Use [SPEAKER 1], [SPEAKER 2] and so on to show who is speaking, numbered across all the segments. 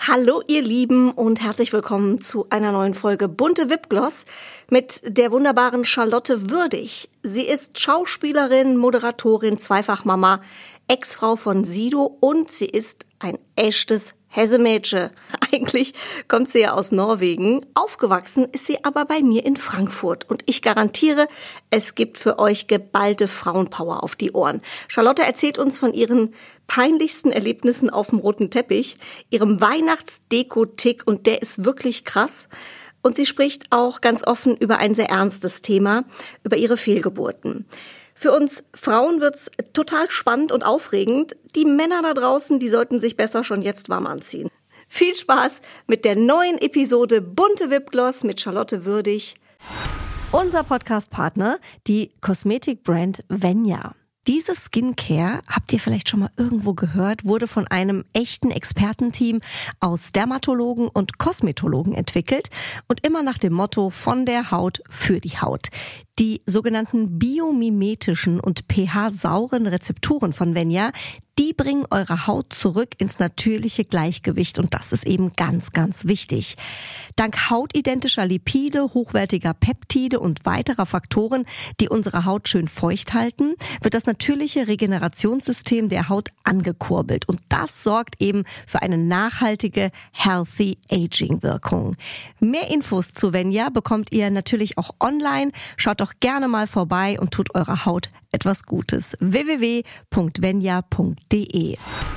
[SPEAKER 1] Hallo ihr Lieben und herzlich willkommen zu einer neuen Folge Bunte Wipgloss mit der wunderbaren Charlotte Würdig. Sie ist Schauspielerin, Moderatorin, Zweifachmama, Ex-Frau von Sido und sie ist ein echtes Hessemädchen. Eigentlich kommt sie ja aus Norwegen. Aufgewachsen ist sie aber bei mir in Frankfurt. Und ich garantiere, es gibt für euch geballte Frauenpower auf die Ohren. Charlotte erzählt uns von ihren peinlichsten Erlebnissen auf dem roten Teppich, ihrem Weihnachtsdeko-Tick und der ist wirklich krass. Und sie spricht auch ganz offen über ein sehr ernstes Thema, über ihre Fehlgeburten. Für uns Frauen wird's total spannend und aufregend. Die Männer da draußen, die sollten sich besser schon jetzt warm anziehen. Viel Spaß mit der neuen Episode Bunte Wipgloss mit Charlotte Würdig. Unser Podcast-Partner, die Kosmetikbrand Venya. Diese Skincare, habt ihr vielleicht schon mal irgendwo gehört, wurde von einem echten Expertenteam aus Dermatologen und Kosmetologen entwickelt und immer nach dem Motto von der Haut für die Haut. Die sogenannten biomimetischen und pH-sauren Rezepturen von Venya, die bringen eure Haut zurück ins natürliche Gleichgewicht und das ist eben ganz, ganz wichtig. Dank hautidentischer Lipide, hochwertiger Peptide und weiterer Faktoren, die unsere Haut schön feucht halten, wird das natürliche Regenerationssystem der Haut angekurbelt und das sorgt eben für eine nachhaltige Healthy Aging Wirkung. Mehr Infos zu Venya bekommt ihr natürlich auch online. Schaut doch gerne mal vorbei und tut eurer Haut etwas Gutes. www.venya.de.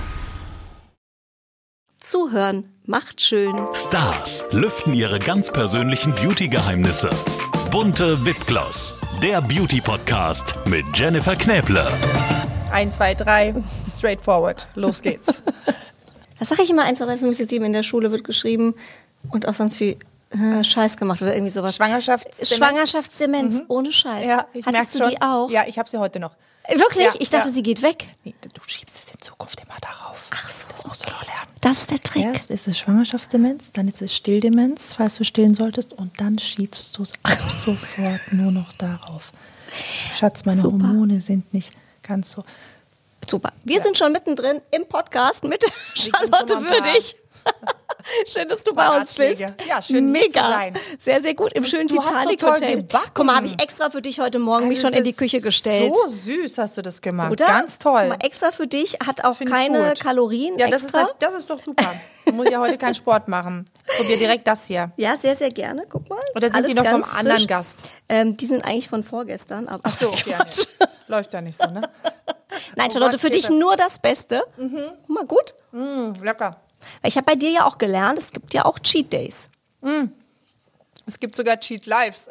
[SPEAKER 1] Zuhören macht schön.
[SPEAKER 2] Stars lüften ihre ganz persönlichen Beauty-Geheimnisse. Bunte Wipgloss, der Beauty-Podcast mit Jennifer Knäble.
[SPEAKER 3] 1, 2, 3, straight forward. Los geht's.
[SPEAKER 1] Was sag ich immer? 1, 2, 3, 5, 6, 7 in der Schule wird geschrieben und auch sonst viel Scheiß gemacht oder irgendwie sowas. Schwangerschaftsdemenz, ohne Scheiß.
[SPEAKER 3] Ja, ich
[SPEAKER 1] Hattest du
[SPEAKER 3] schon.
[SPEAKER 1] Die auch?
[SPEAKER 3] Ja, ich habe sie heute noch.
[SPEAKER 1] Wirklich?
[SPEAKER 3] Ja,
[SPEAKER 1] ich dachte,
[SPEAKER 3] ja.
[SPEAKER 1] sie geht weg.
[SPEAKER 3] Nee, du schiebst es in Zukunft immer darauf.
[SPEAKER 1] Ach so,
[SPEAKER 3] das musst du noch lernen.
[SPEAKER 1] Das ist der Trick.
[SPEAKER 3] Erst ist es Schwangerschaftsdemenz, dann ist es Stilldemenz, falls du stillen solltest, und dann schiebst du es sofort nur noch darauf. Schatz, meine
[SPEAKER 1] Super.
[SPEAKER 3] Hormone sind nicht ganz so.
[SPEAKER 1] Super. Wir sind schon mittendrin im Podcast mit Charlotte Würdig. Schön, dass du bei uns bist.
[SPEAKER 3] Ja, schön, hier zu sein.
[SPEAKER 1] Sehr, sehr gut im schönen
[SPEAKER 3] Du hast so
[SPEAKER 1] Titanic
[SPEAKER 3] toll
[SPEAKER 1] Hotel.
[SPEAKER 3] gebacken.
[SPEAKER 1] Guck mal, habe ich extra für dich heute Morgen mich schon in die Küche gestellt.
[SPEAKER 3] So süß hast du das gemacht.
[SPEAKER 1] Oder?
[SPEAKER 3] Ganz toll.
[SPEAKER 1] Guck mal, extra für dich, hat auch
[SPEAKER 3] Find ich
[SPEAKER 1] keine
[SPEAKER 3] gut.
[SPEAKER 1] Kalorien.
[SPEAKER 3] Ja,
[SPEAKER 1] extra.
[SPEAKER 3] das ist doch super. Du musst ja heute keinen Sport machen. Probier direkt das hier.
[SPEAKER 1] Ja, sehr, sehr gerne. Guck mal.
[SPEAKER 3] Oder sind
[SPEAKER 1] Alles
[SPEAKER 3] die noch vom
[SPEAKER 1] ganz
[SPEAKER 3] anderen
[SPEAKER 1] frisch.
[SPEAKER 3] Gast?
[SPEAKER 1] Die sind eigentlich von vorgestern. Aber
[SPEAKER 3] Ach so, okay.
[SPEAKER 1] Quatsch.
[SPEAKER 3] Läuft ja nicht so, ne?
[SPEAKER 1] Nein, Charlotte, für dich nur das Beste. Guck mal, gut.
[SPEAKER 3] Lecker.
[SPEAKER 1] Weil ich habe bei dir ja auch gelernt, es gibt ja auch Cheat Days.
[SPEAKER 3] Es gibt sogar Cheat Lives.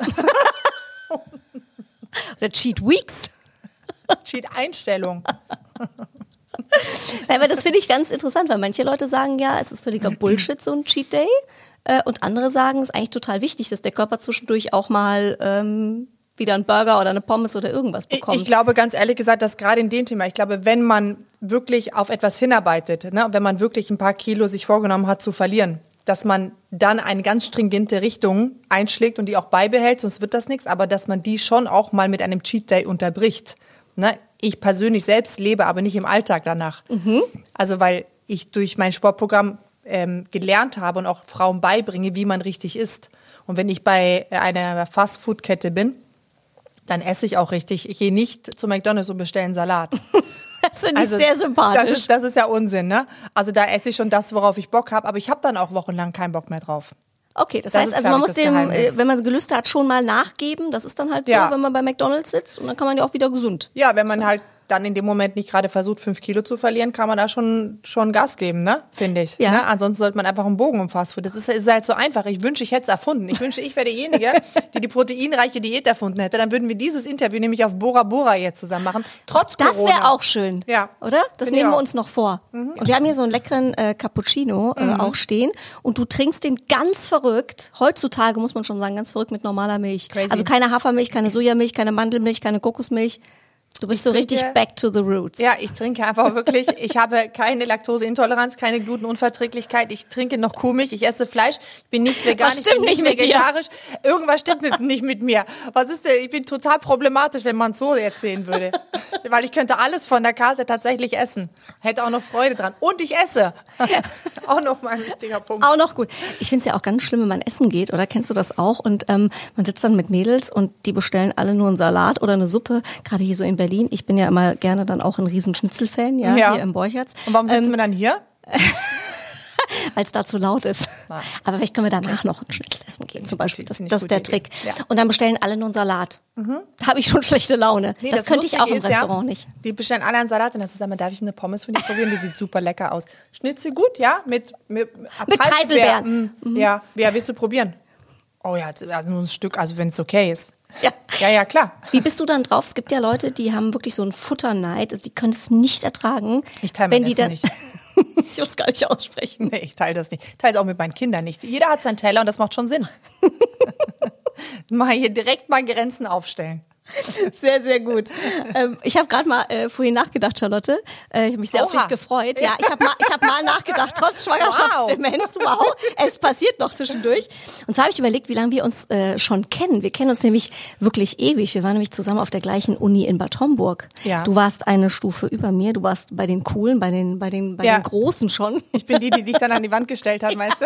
[SPEAKER 1] Oder Cheat Weeks.
[SPEAKER 3] Cheat Einstellung.
[SPEAKER 1] Ja, aber das finde ich ganz interessant, weil manche Leute sagen ja, es ist völliger Bullshit, so ein Cheat Day. Und andere sagen, es ist eigentlich total wichtig, dass der Körper zwischendurch auch mal wieder einen Burger oder eine Pommes oder irgendwas bekommt.
[SPEAKER 3] Ich glaube ganz ehrlich gesagt, dass gerade in dem Thema, ich glaube, wenn man wirklich auf etwas hinarbeitet, ne, wenn man wirklich ein paar Kilo sich vorgenommen hat zu verlieren, dass man dann eine ganz stringente Richtung einschlägt und die auch beibehält, sonst wird das nichts, aber dass man die schon auch mal mit einem Cheat Day unterbricht. Ne? Ich persönlich selbst lebe aber nicht im Alltag danach. Also weil ich durch mein Sportprogramm gelernt habe und auch Frauen beibringe, wie man richtig isst. Und wenn ich bei einer Fast-Food-Kette bin, dann esse ich auch richtig. Ich gehe nicht zu McDonald's und bestelle einen Salat.
[SPEAKER 1] Das finde ich sehr sympathisch.
[SPEAKER 3] Das ist ja Unsinn, ne? Also da esse ich schon das, worauf ich Bock habe, aber ich habe dann auch wochenlang keinen Bock mehr drauf.
[SPEAKER 1] Okay, das
[SPEAKER 3] Das
[SPEAKER 1] heißt,
[SPEAKER 3] ist,
[SPEAKER 1] also
[SPEAKER 3] glaub
[SPEAKER 1] man
[SPEAKER 3] ich,
[SPEAKER 1] muss
[SPEAKER 3] das
[SPEAKER 1] dem,
[SPEAKER 3] Geheimnis.
[SPEAKER 1] wenn man Gelüste hat, schon mal nachgeben. Das ist dann halt so,
[SPEAKER 3] Ja.
[SPEAKER 1] wenn man bei McDonald's sitzt und dann kann man ja auch wieder gesund.
[SPEAKER 3] Ja, wenn man halt dann in dem Moment nicht gerade versucht, 5 Kilo zu verlieren, kann man da schon Gas geben, ne? Finde ich.
[SPEAKER 1] Ja.
[SPEAKER 3] Ne? Ansonsten sollte man einfach einen Bogen um Fastfood. Das ist halt so einfach. Ich wünsche, ich hätte es erfunden. Ich wünsche, ich wäre derjenige, die proteinreiche Diät erfunden hätte. Dann würden wir dieses Interview nämlich auf Bora Bora jetzt zusammen machen. Trotz
[SPEAKER 1] Das
[SPEAKER 3] Corona.
[SPEAKER 1] wäre auch schön,
[SPEAKER 3] Ja.
[SPEAKER 1] oder? Das
[SPEAKER 3] Finde ich
[SPEAKER 1] nehmen wir
[SPEAKER 3] auch.
[SPEAKER 1] uns noch vor. Und wir haben hier so einen leckeren Cappuccino auch stehen und du trinkst den ganz verrückt. Heutzutage muss man schon sagen, ganz verrückt mit normaler Milch.
[SPEAKER 3] Crazy.
[SPEAKER 1] Also keine Hafermilch, keine Sojamilch, keine Mandelmilch, keine Kokosmilch. Du bist so richtig back to the roots.
[SPEAKER 3] Ja, ich trinke einfach wirklich, ich habe keine Laktoseintoleranz, keine Glutenunverträglichkeit, ich trinke noch Kuhmilch, ich esse Fleisch, ich bin nicht vegan, ich bin nicht vegetarisch. Irgendwas stimmt nicht mit mir. Was ist denn? Ich bin total problematisch, wenn man es so jetzt sehen würde. Weil ich könnte alles von der Karte tatsächlich essen. Hätte auch noch Freude dran. Und ich esse. Auch noch mal ein wichtiger Punkt.
[SPEAKER 1] Auch noch gut. Ich finde es ja auch ganz schlimm, wenn man essen geht, oder kennst du das auch? Und man sitzt dann mit Mädels und die bestellen alle nur einen Salat oder eine Suppe, gerade hier so in Berlin. Ich bin ja immer gerne dann auch ein riesen Schnitzel-Fan, ja, hier im Borchertz.
[SPEAKER 3] Und warum sitzen wir dann hier?
[SPEAKER 1] Weil es da zu laut ist. Aber vielleicht können wir danach noch ein Schnitzel essen gehen, zum Beispiel. Das ist der Trick. Ja. Und dann bestellen alle nur einen Salat. Da habe ich schon schlechte Laune. Nee, das könnte ich auch im Restaurant nicht.
[SPEAKER 3] Die bestellen alle einen Salat und dann sagen wir, darf ich eine Pommes von dir probieren? Die sieht super lecker aus. Schnitzel gut, ja? Mit
[SPEAKER 1] Preiselbeeren.
[SPEAKER 3] Ja, willst du probieren? Oh ja, nur ein Stück, also wenn es okay ist.
[SPEAKER 1] Ja.
[SPEAKER 3] Ja, klar.
[SPEAKER 1] Wie bist du dann drauf? Es gibt ja Leute, die haben wirklich so einen Futterneid, also die können es nicht ertragen.
[SPEAKER 3] Ich teile mein Essen nicht.
[SPEAKER 1] Ich muss es gar nicht aussprechen.
[SPEAKER 3] Nee, ich teile das nicht. Ich teile es auch mit meinen Kindern nicht. Jeder hat seinen Teller und das macht schon Sinn. Mal hier direkt mal Grenzen aufstellen.
[SPEAKER 1] Sehr, sehr gut. Ich habe gerade mal vorhin nachgedacht, Charlotte. Ich habe mich sehr auf dich gefreut. Ja, ich hab mal nachgedacht, trotz Schwangerschaftsdemenz. Wow, es passiert noch zwischendurch. Und zwar habe ich überlegt, wie lange wir uns schon kennen. Wir kennen uns nämlich wirklich ewig. Wir waren nämlich zusammen auf der gleichen Uni in Bad Homburg. Ja. Du warst eine Stufe über mir. Du warst bei den Coolen, bei den Großen schon.
[SPEAKER 3] Ich bin die dich dann an die Wand gestellt hat, meinst du?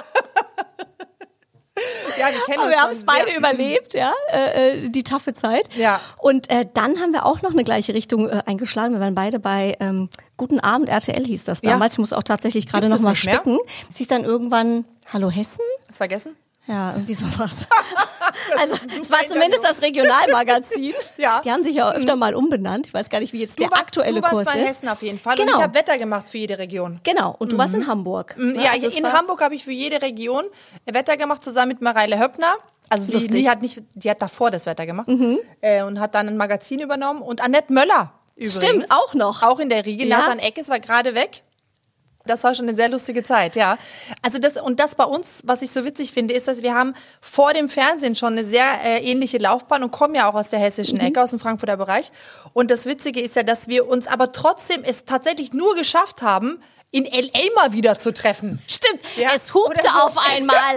[SPEAKER 3] Ja,
[SPEAKER 1] wir haben es beide überlebt, ja, die taffe Zeit.
[SPEAKER 3] Ja.
[SPEAKER 1] Und dann haben wir auch noch eine gleiche Richtung eingeschlagen. Wir waren beide bei Guten Abend RTL hieß das damals. Ja. Ich muss auch tatsächlich gerade noch mal spicken. Es hieß dann irgendwann Hallo Hessen.
[SPEAKER 3] Hast du vergessen?
[SPEAKER 1] Ja, irgendwie sowas. Also es war zumindest das Regionalmagazin.
[SPEAKER 3] Ja.
[SPEAKER 1] Die haben sich ja öfter mal umbenannt. Ich weiß gar nicht, wie jetzt der aktuelle Kurs ist. Du warst
[SPEAKER 3] bei Hessen auf jeden Fall. Genau. Und ich habe Wetter gemacht für jede Region.
[SPEAKER 1] Genau. Und du warst in Hamburg.
[SPEAKER 3] Ja, also in Hamburg habe ich für jede Region Wetter gemacht, zusammen mit Mareile Höppner. Also die hat davor das Wetter gemacht und hat dann ein Magazin übernommen. Und Annette Möller übrigens.
[SPEAKER 1] Stimmt, auch noch.
[SPEAKER 3] Auch in der Riege. Nasan Eckes war gerade weg. Das war schon eine sehr lustige Zeit, ja. Also das bei uns, was ich so witzig finde, ist, dass wir haben vor dem Fernsehen schon eine sehr ähnliche Laufbahn und kommen ja auch aus der hessischen Ecke, aus dem Frankfurter Bereich. Und das Witzige ist ja, dass wir uns aber trotzdem es tatsächlich nur geschafft haben, in L.A. mal wieder zu treffen.
[SPEAKER 1] Stimmt, ja. Es hupte so auf einmal.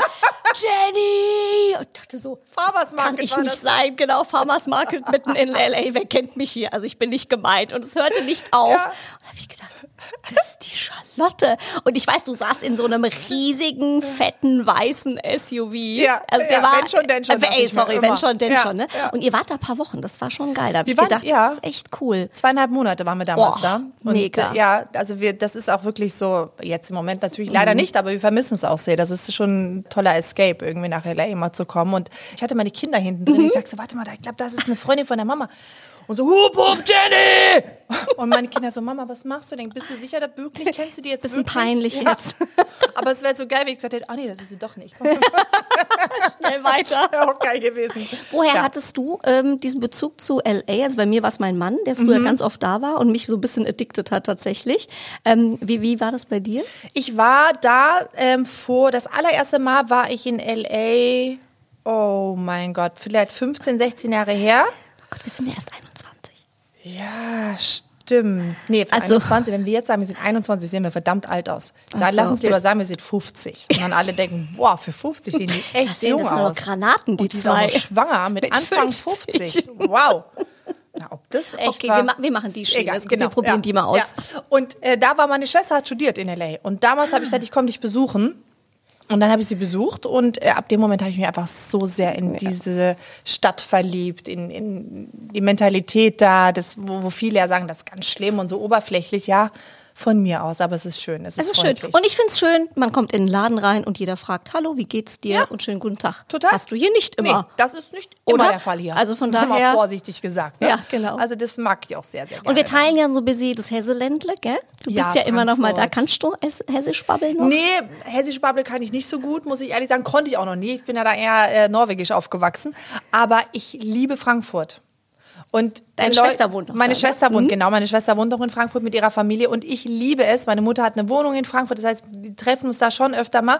[SPEAKER 1] Jenny! Und ich dachte so,
[SPEAKER 3] Farmers Market
[SPEAKER 1] kann ich nicht sein. Genau, Farmers Market mitten in L.A. Wer kennt mich hier? Also ich bin nicht gemeint. Und es hörte nicht auf. Ja. Und da habe ich gedacht, das ist die Charlotte. Und ich weiß, du saßt in so einem riesigen, fetten, weißen SUV.
[SPEAKER 3] Ja,
[SPEAKER 1] also der war,
[SPEAKER 3] wenn schon, denn schon.
[SPEAKER 1] Wenn schon, denn schon. Ne?
[SPEAKER 3] Ja.
[SPEAKER 1] Und ihr wart da ein paar Wochen, das war schon geil. Da habe ich gedacht, das ist echt cool.
[SPEAKER 3] 2,5 Monate waren wir damals da. Und
[SPEAKER 1] mega.
[SPEAKER 3] Ja, also das ist auch wirklich so, jetzt im Moment natürlich leider nicht, aber wir vermissen es auch sehr. Das ist schon ein toller Escape, irgendwie nach L.A. immer zu kommen. Und ich hatte meine Kinder hinten drin. Ich sag so, warte mal, ich glaube, das ist eine Freundin von der Mama. Und so, hup, hup, Jenny! Und meine Kinder so, Mama, was machst du denn? Bist du sicher, da wirklich? Kennst du die jetzt
[SPEAKER 1] bisschen
[SPEAKER 3] wirklich?
[SPEAKER 1] Peinlich
[SPEAKER 3] ja.
[SPEAKER 1] jetzt.
[SPEAKER 3] Aber es wäre so geil, wenn ich gesagt hätte, nee, das ist sie doch nicht.
[SPEAKER 1] Schnell weiter.
[SPEAKER 3] Wäre auch geil gewesen.
[SPEAKER 1] Woher hattest du diesen Bezug zu L.A.? Also bei mir war es mein Mann, der früher ganz oft da war und mich so ein bisschen addicted hat tatsächlich. Wie war das bei dir?
[SPEAKER 3] Ich war da das allererste Mal war ich in L.A., oh mein Gott, vielleicht 15, 16 Jahre her.
[SPEAKER 1] Oh Gott, wir sind ja erst 21.
[SPEAKER 3] Ja, stimmt. Nee, 21, wenn wir jetzt sagen, wir sind 21, sehen wir verdammt alt aus. Lass uns lieber sagen, wir sind 50. Und dann alle denken, boah, für 50 sehen die echt jung aus.
[SPEAKER 1] Das sind doch Granaten, die
[SPEAKER 3] zwei.
[SPEAKER 1] Sind auch
[SPEAKER 3] noch schwanger mit Anfang 50. Wow. Na, ob das echt
[SPEAKER 1] okay,
[SPEAKER 3] war?
[SPEAKER 1] wir machen die Schiene.
[SPEAKER 3] Egal,
[SPEAKER 1] wir probieren die mal aus.
[SPEAKER 3] Ja. Und da war meine Schwester, hat studiert in L.A. Und damals habe ich gesagt, ich komme dich besuchen. Und dann habe ich sie besucht und ab dem Moment habe ich mich einfach so sehr in diese Stadt verliebt, in die Mentalität da, wo viele ja sagen, das ist ganz schlimm und so oberflächlich, ja, von mir aus, aber es ist schön, es ist freundlich.
[SPEAKER 1] Schön. Und ich finde es schön, man kommt in den Laden rein und jeder fragt, hallo, wie geht's dir? Ja. Und schönen guten Tag.
[SPEAKER 3] Total.
[SPEAKER 1] Hast du hier nicht immer.
[SPEAKER 3] Nee, das ist nicht immer der Fall hier.
[SPEAKER 1] Also von daher.
[SPEAKER 3] Mal vorsichtig gesagt. Ne?
[SPEAKER 1] Ja, genau.
[SPEAKER 3] Also das mag ich auch sehr, sehr gerne.
[SPEAKER 1] Und wir teilen ja so ein bisschen das Hesseländle, gell? Du bist ja immer noch mal da. Kannst du Hessisch babbeln noch?
[SPEAKER 3] Nee, Hessisch babbeln kann ich nicht so gut, muss ich ehrlich sagen. Konnte ich auch noch nie. Ich bin ja da eher norwegisch aufgewachsen. Aber ich liebe Frankfurt. Und
[SPEAKER 1] Deine Schwester wohnt noch
[SPEAKER 3] Meine
[SPEAKER 1] da,
[SPEAKER 3] Schwester wohnt, genau. Meine Schwester wohnt noch in Frankfurt mit ihrer Familie und ich liebe es. Meine Mutter hat eine Wohnung in Frankfurt, das heißt, wir treffen uns da schon öfter mal.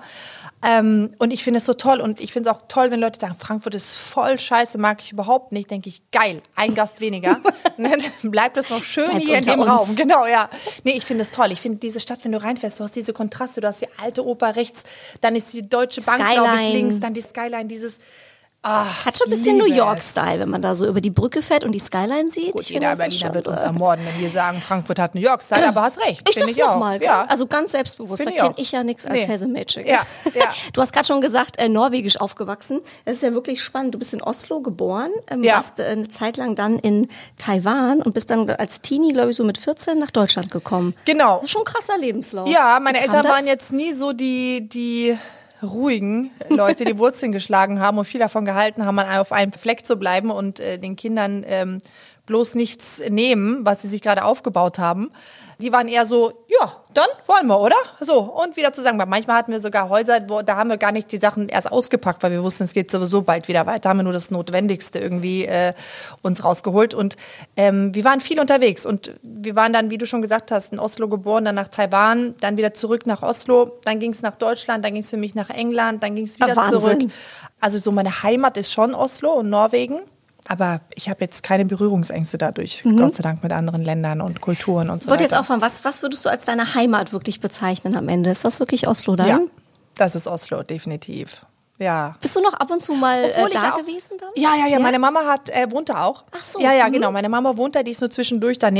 [SPEAKER 3] Und ich finde es so toll und ich finde es auch toll, wenn Leute sagen, Frankfurt ist voll scheiße, mag ich überhaupt nicht. Denke ich, geil, ein Gast weniger. Dann bleibt es noch schön
[SPEAKER 1] Bleibt
[SPEAKER 3] hier in
[SPEAKER 1] unter
[SPEAKER 3] dem
[SPEAKER 1] uns.
[SPEAKER 3] Raum. Genau, ja. Nee, ich finde es toll. Ich finde diese Stadt, wenn du reinfährst, du hast diese Kontraste, du hast die alte Oper rechts, dann ist die Deutsche Bank, glaube ich,
[SPEAKER 1] Skyline.
[SPEAKER 3] links, dann die Skyline, dieses...
[SPEAKER 1] Hat schon ein bisschen New York-Style, wenn man da so über die Brücke fährt und die Skyline sieht.
[SPEAKER 3] Gut,
[SPEAKER 1] Ich
[SPEAKER 3] jeder
[SPEAKER 1] finde, das ist
[SPEAKER 3] Berliner
[SPEAKER 1] schon
[SPEAKER 3] wird uns
[SPEAKER 1] so.
[SPEAKER 3] ermorden, wenn wir sagen, Frankfurt hat New York-Style, aber hast recht.
[SPEAKER 1] Ich
[SPEAKER 3] finde
[SPEAKER 1] sag's
[SPEAKER 3] auch.
[SPEAKER 1] nochmal,
[SPEAKER 3] Ja.
[SPEAKER 1] also ganz selbstbewusst,
[SPEAKER 3] Finde
[SPEAKER 1] da
[SPEAKER 3] ich
[SPEAKER 1] kenne
[SPEAKER 3] auch.
[SPEAKER 1] ich ja nichts als
[SPEAKER 3] Nee.
[SPEAKER 1] Hesse-Mädchen.
[SPEAKER 3] Ja, ja.
[SPEAKER 1] Du hast gerade schon gesagt, norwegisch aufgewachsen. Das ist ja wirklich spannend. Du bist in Oslo geboren,
[SPEAKER 3] Ja.
[SPEAKER 1] warst eine Zeit lang dann in Taiwan und bist dann als Teenie, glaube ich, so mit 14 nach Deutschland gekommen.
[SPEAKER 3] Genau.
[SPEAKER 1] Das ist schon ein krasser Lebenslauf.
[SPEAKER 3] Ja, meine
[SPEAKER 1] Wie kam
[SPEAKER 3] Eltern
[SPEAKER 1] das?
[SPEAKER 3] waren jetzt nie so die ruhigen Leute, die Wurzeln geschlagen haben und viel davon gehalten haben, auf einem Fleck zu bleiben und den Kindern bloß nichts nehmen, was sie sich gerade aufgebaut haben. Die waren eher so, ja, dann wollen wir, oder? So, und wieder zusammen. Manchmal hatten wir sogar Häuser, da haben wir gar nicht die Sachen erst ausgepackt, weil wir wussten, es geht sowieso bald wieder weiter. Da haben wir nur das Notwendigste irgendwie uns rausgeholt. Und wir waren viel unterwegs. Und wir waren dann, wie du schon gesagt hast, in Oslo geboren, dann nach Taiwan, dann wieder zurück nach Oslo, dann ging es nach Deutschland, dann ging es für mich nach England, dann ging es wieder
[SPEAKER 1] Wahnsinn.
[SPEAKER 3] zurück. Also so meine Heimat ist schon Oslo und Norwegen. Aber ich habe jetzt keine Berührungsängste dadurch, Gott sei Dank, mit anderen Ländern und Kulturen und so
[SPEAKER 1] Ich wollte
[SPEAKER 3] weiter.
[SPEAKER 1] jetzt auch fragen, was würdest du als deine Heimat wirklich bezeichnen am Ende? Ist das wirklich Oslo dann?
[SPEAKER 3] Ja, das ist Oslo, definitiv. Ja.
[SPEAKER 1] Bist du noch ab und zu mal
[SPEAKER 3] Obwohl ich
[SPEAKER 1] da
[SPEAKER 3] auch-
[SPEAKER 1] gewesen dann?
[SPEAKER 3] Ja, meine Mama wohnt da auch.
[SPEAKER 1] Ach so,
[SPEAKER 3] Ja, genau. Meine Mama wohnt da, die ist nur zwischendurch dann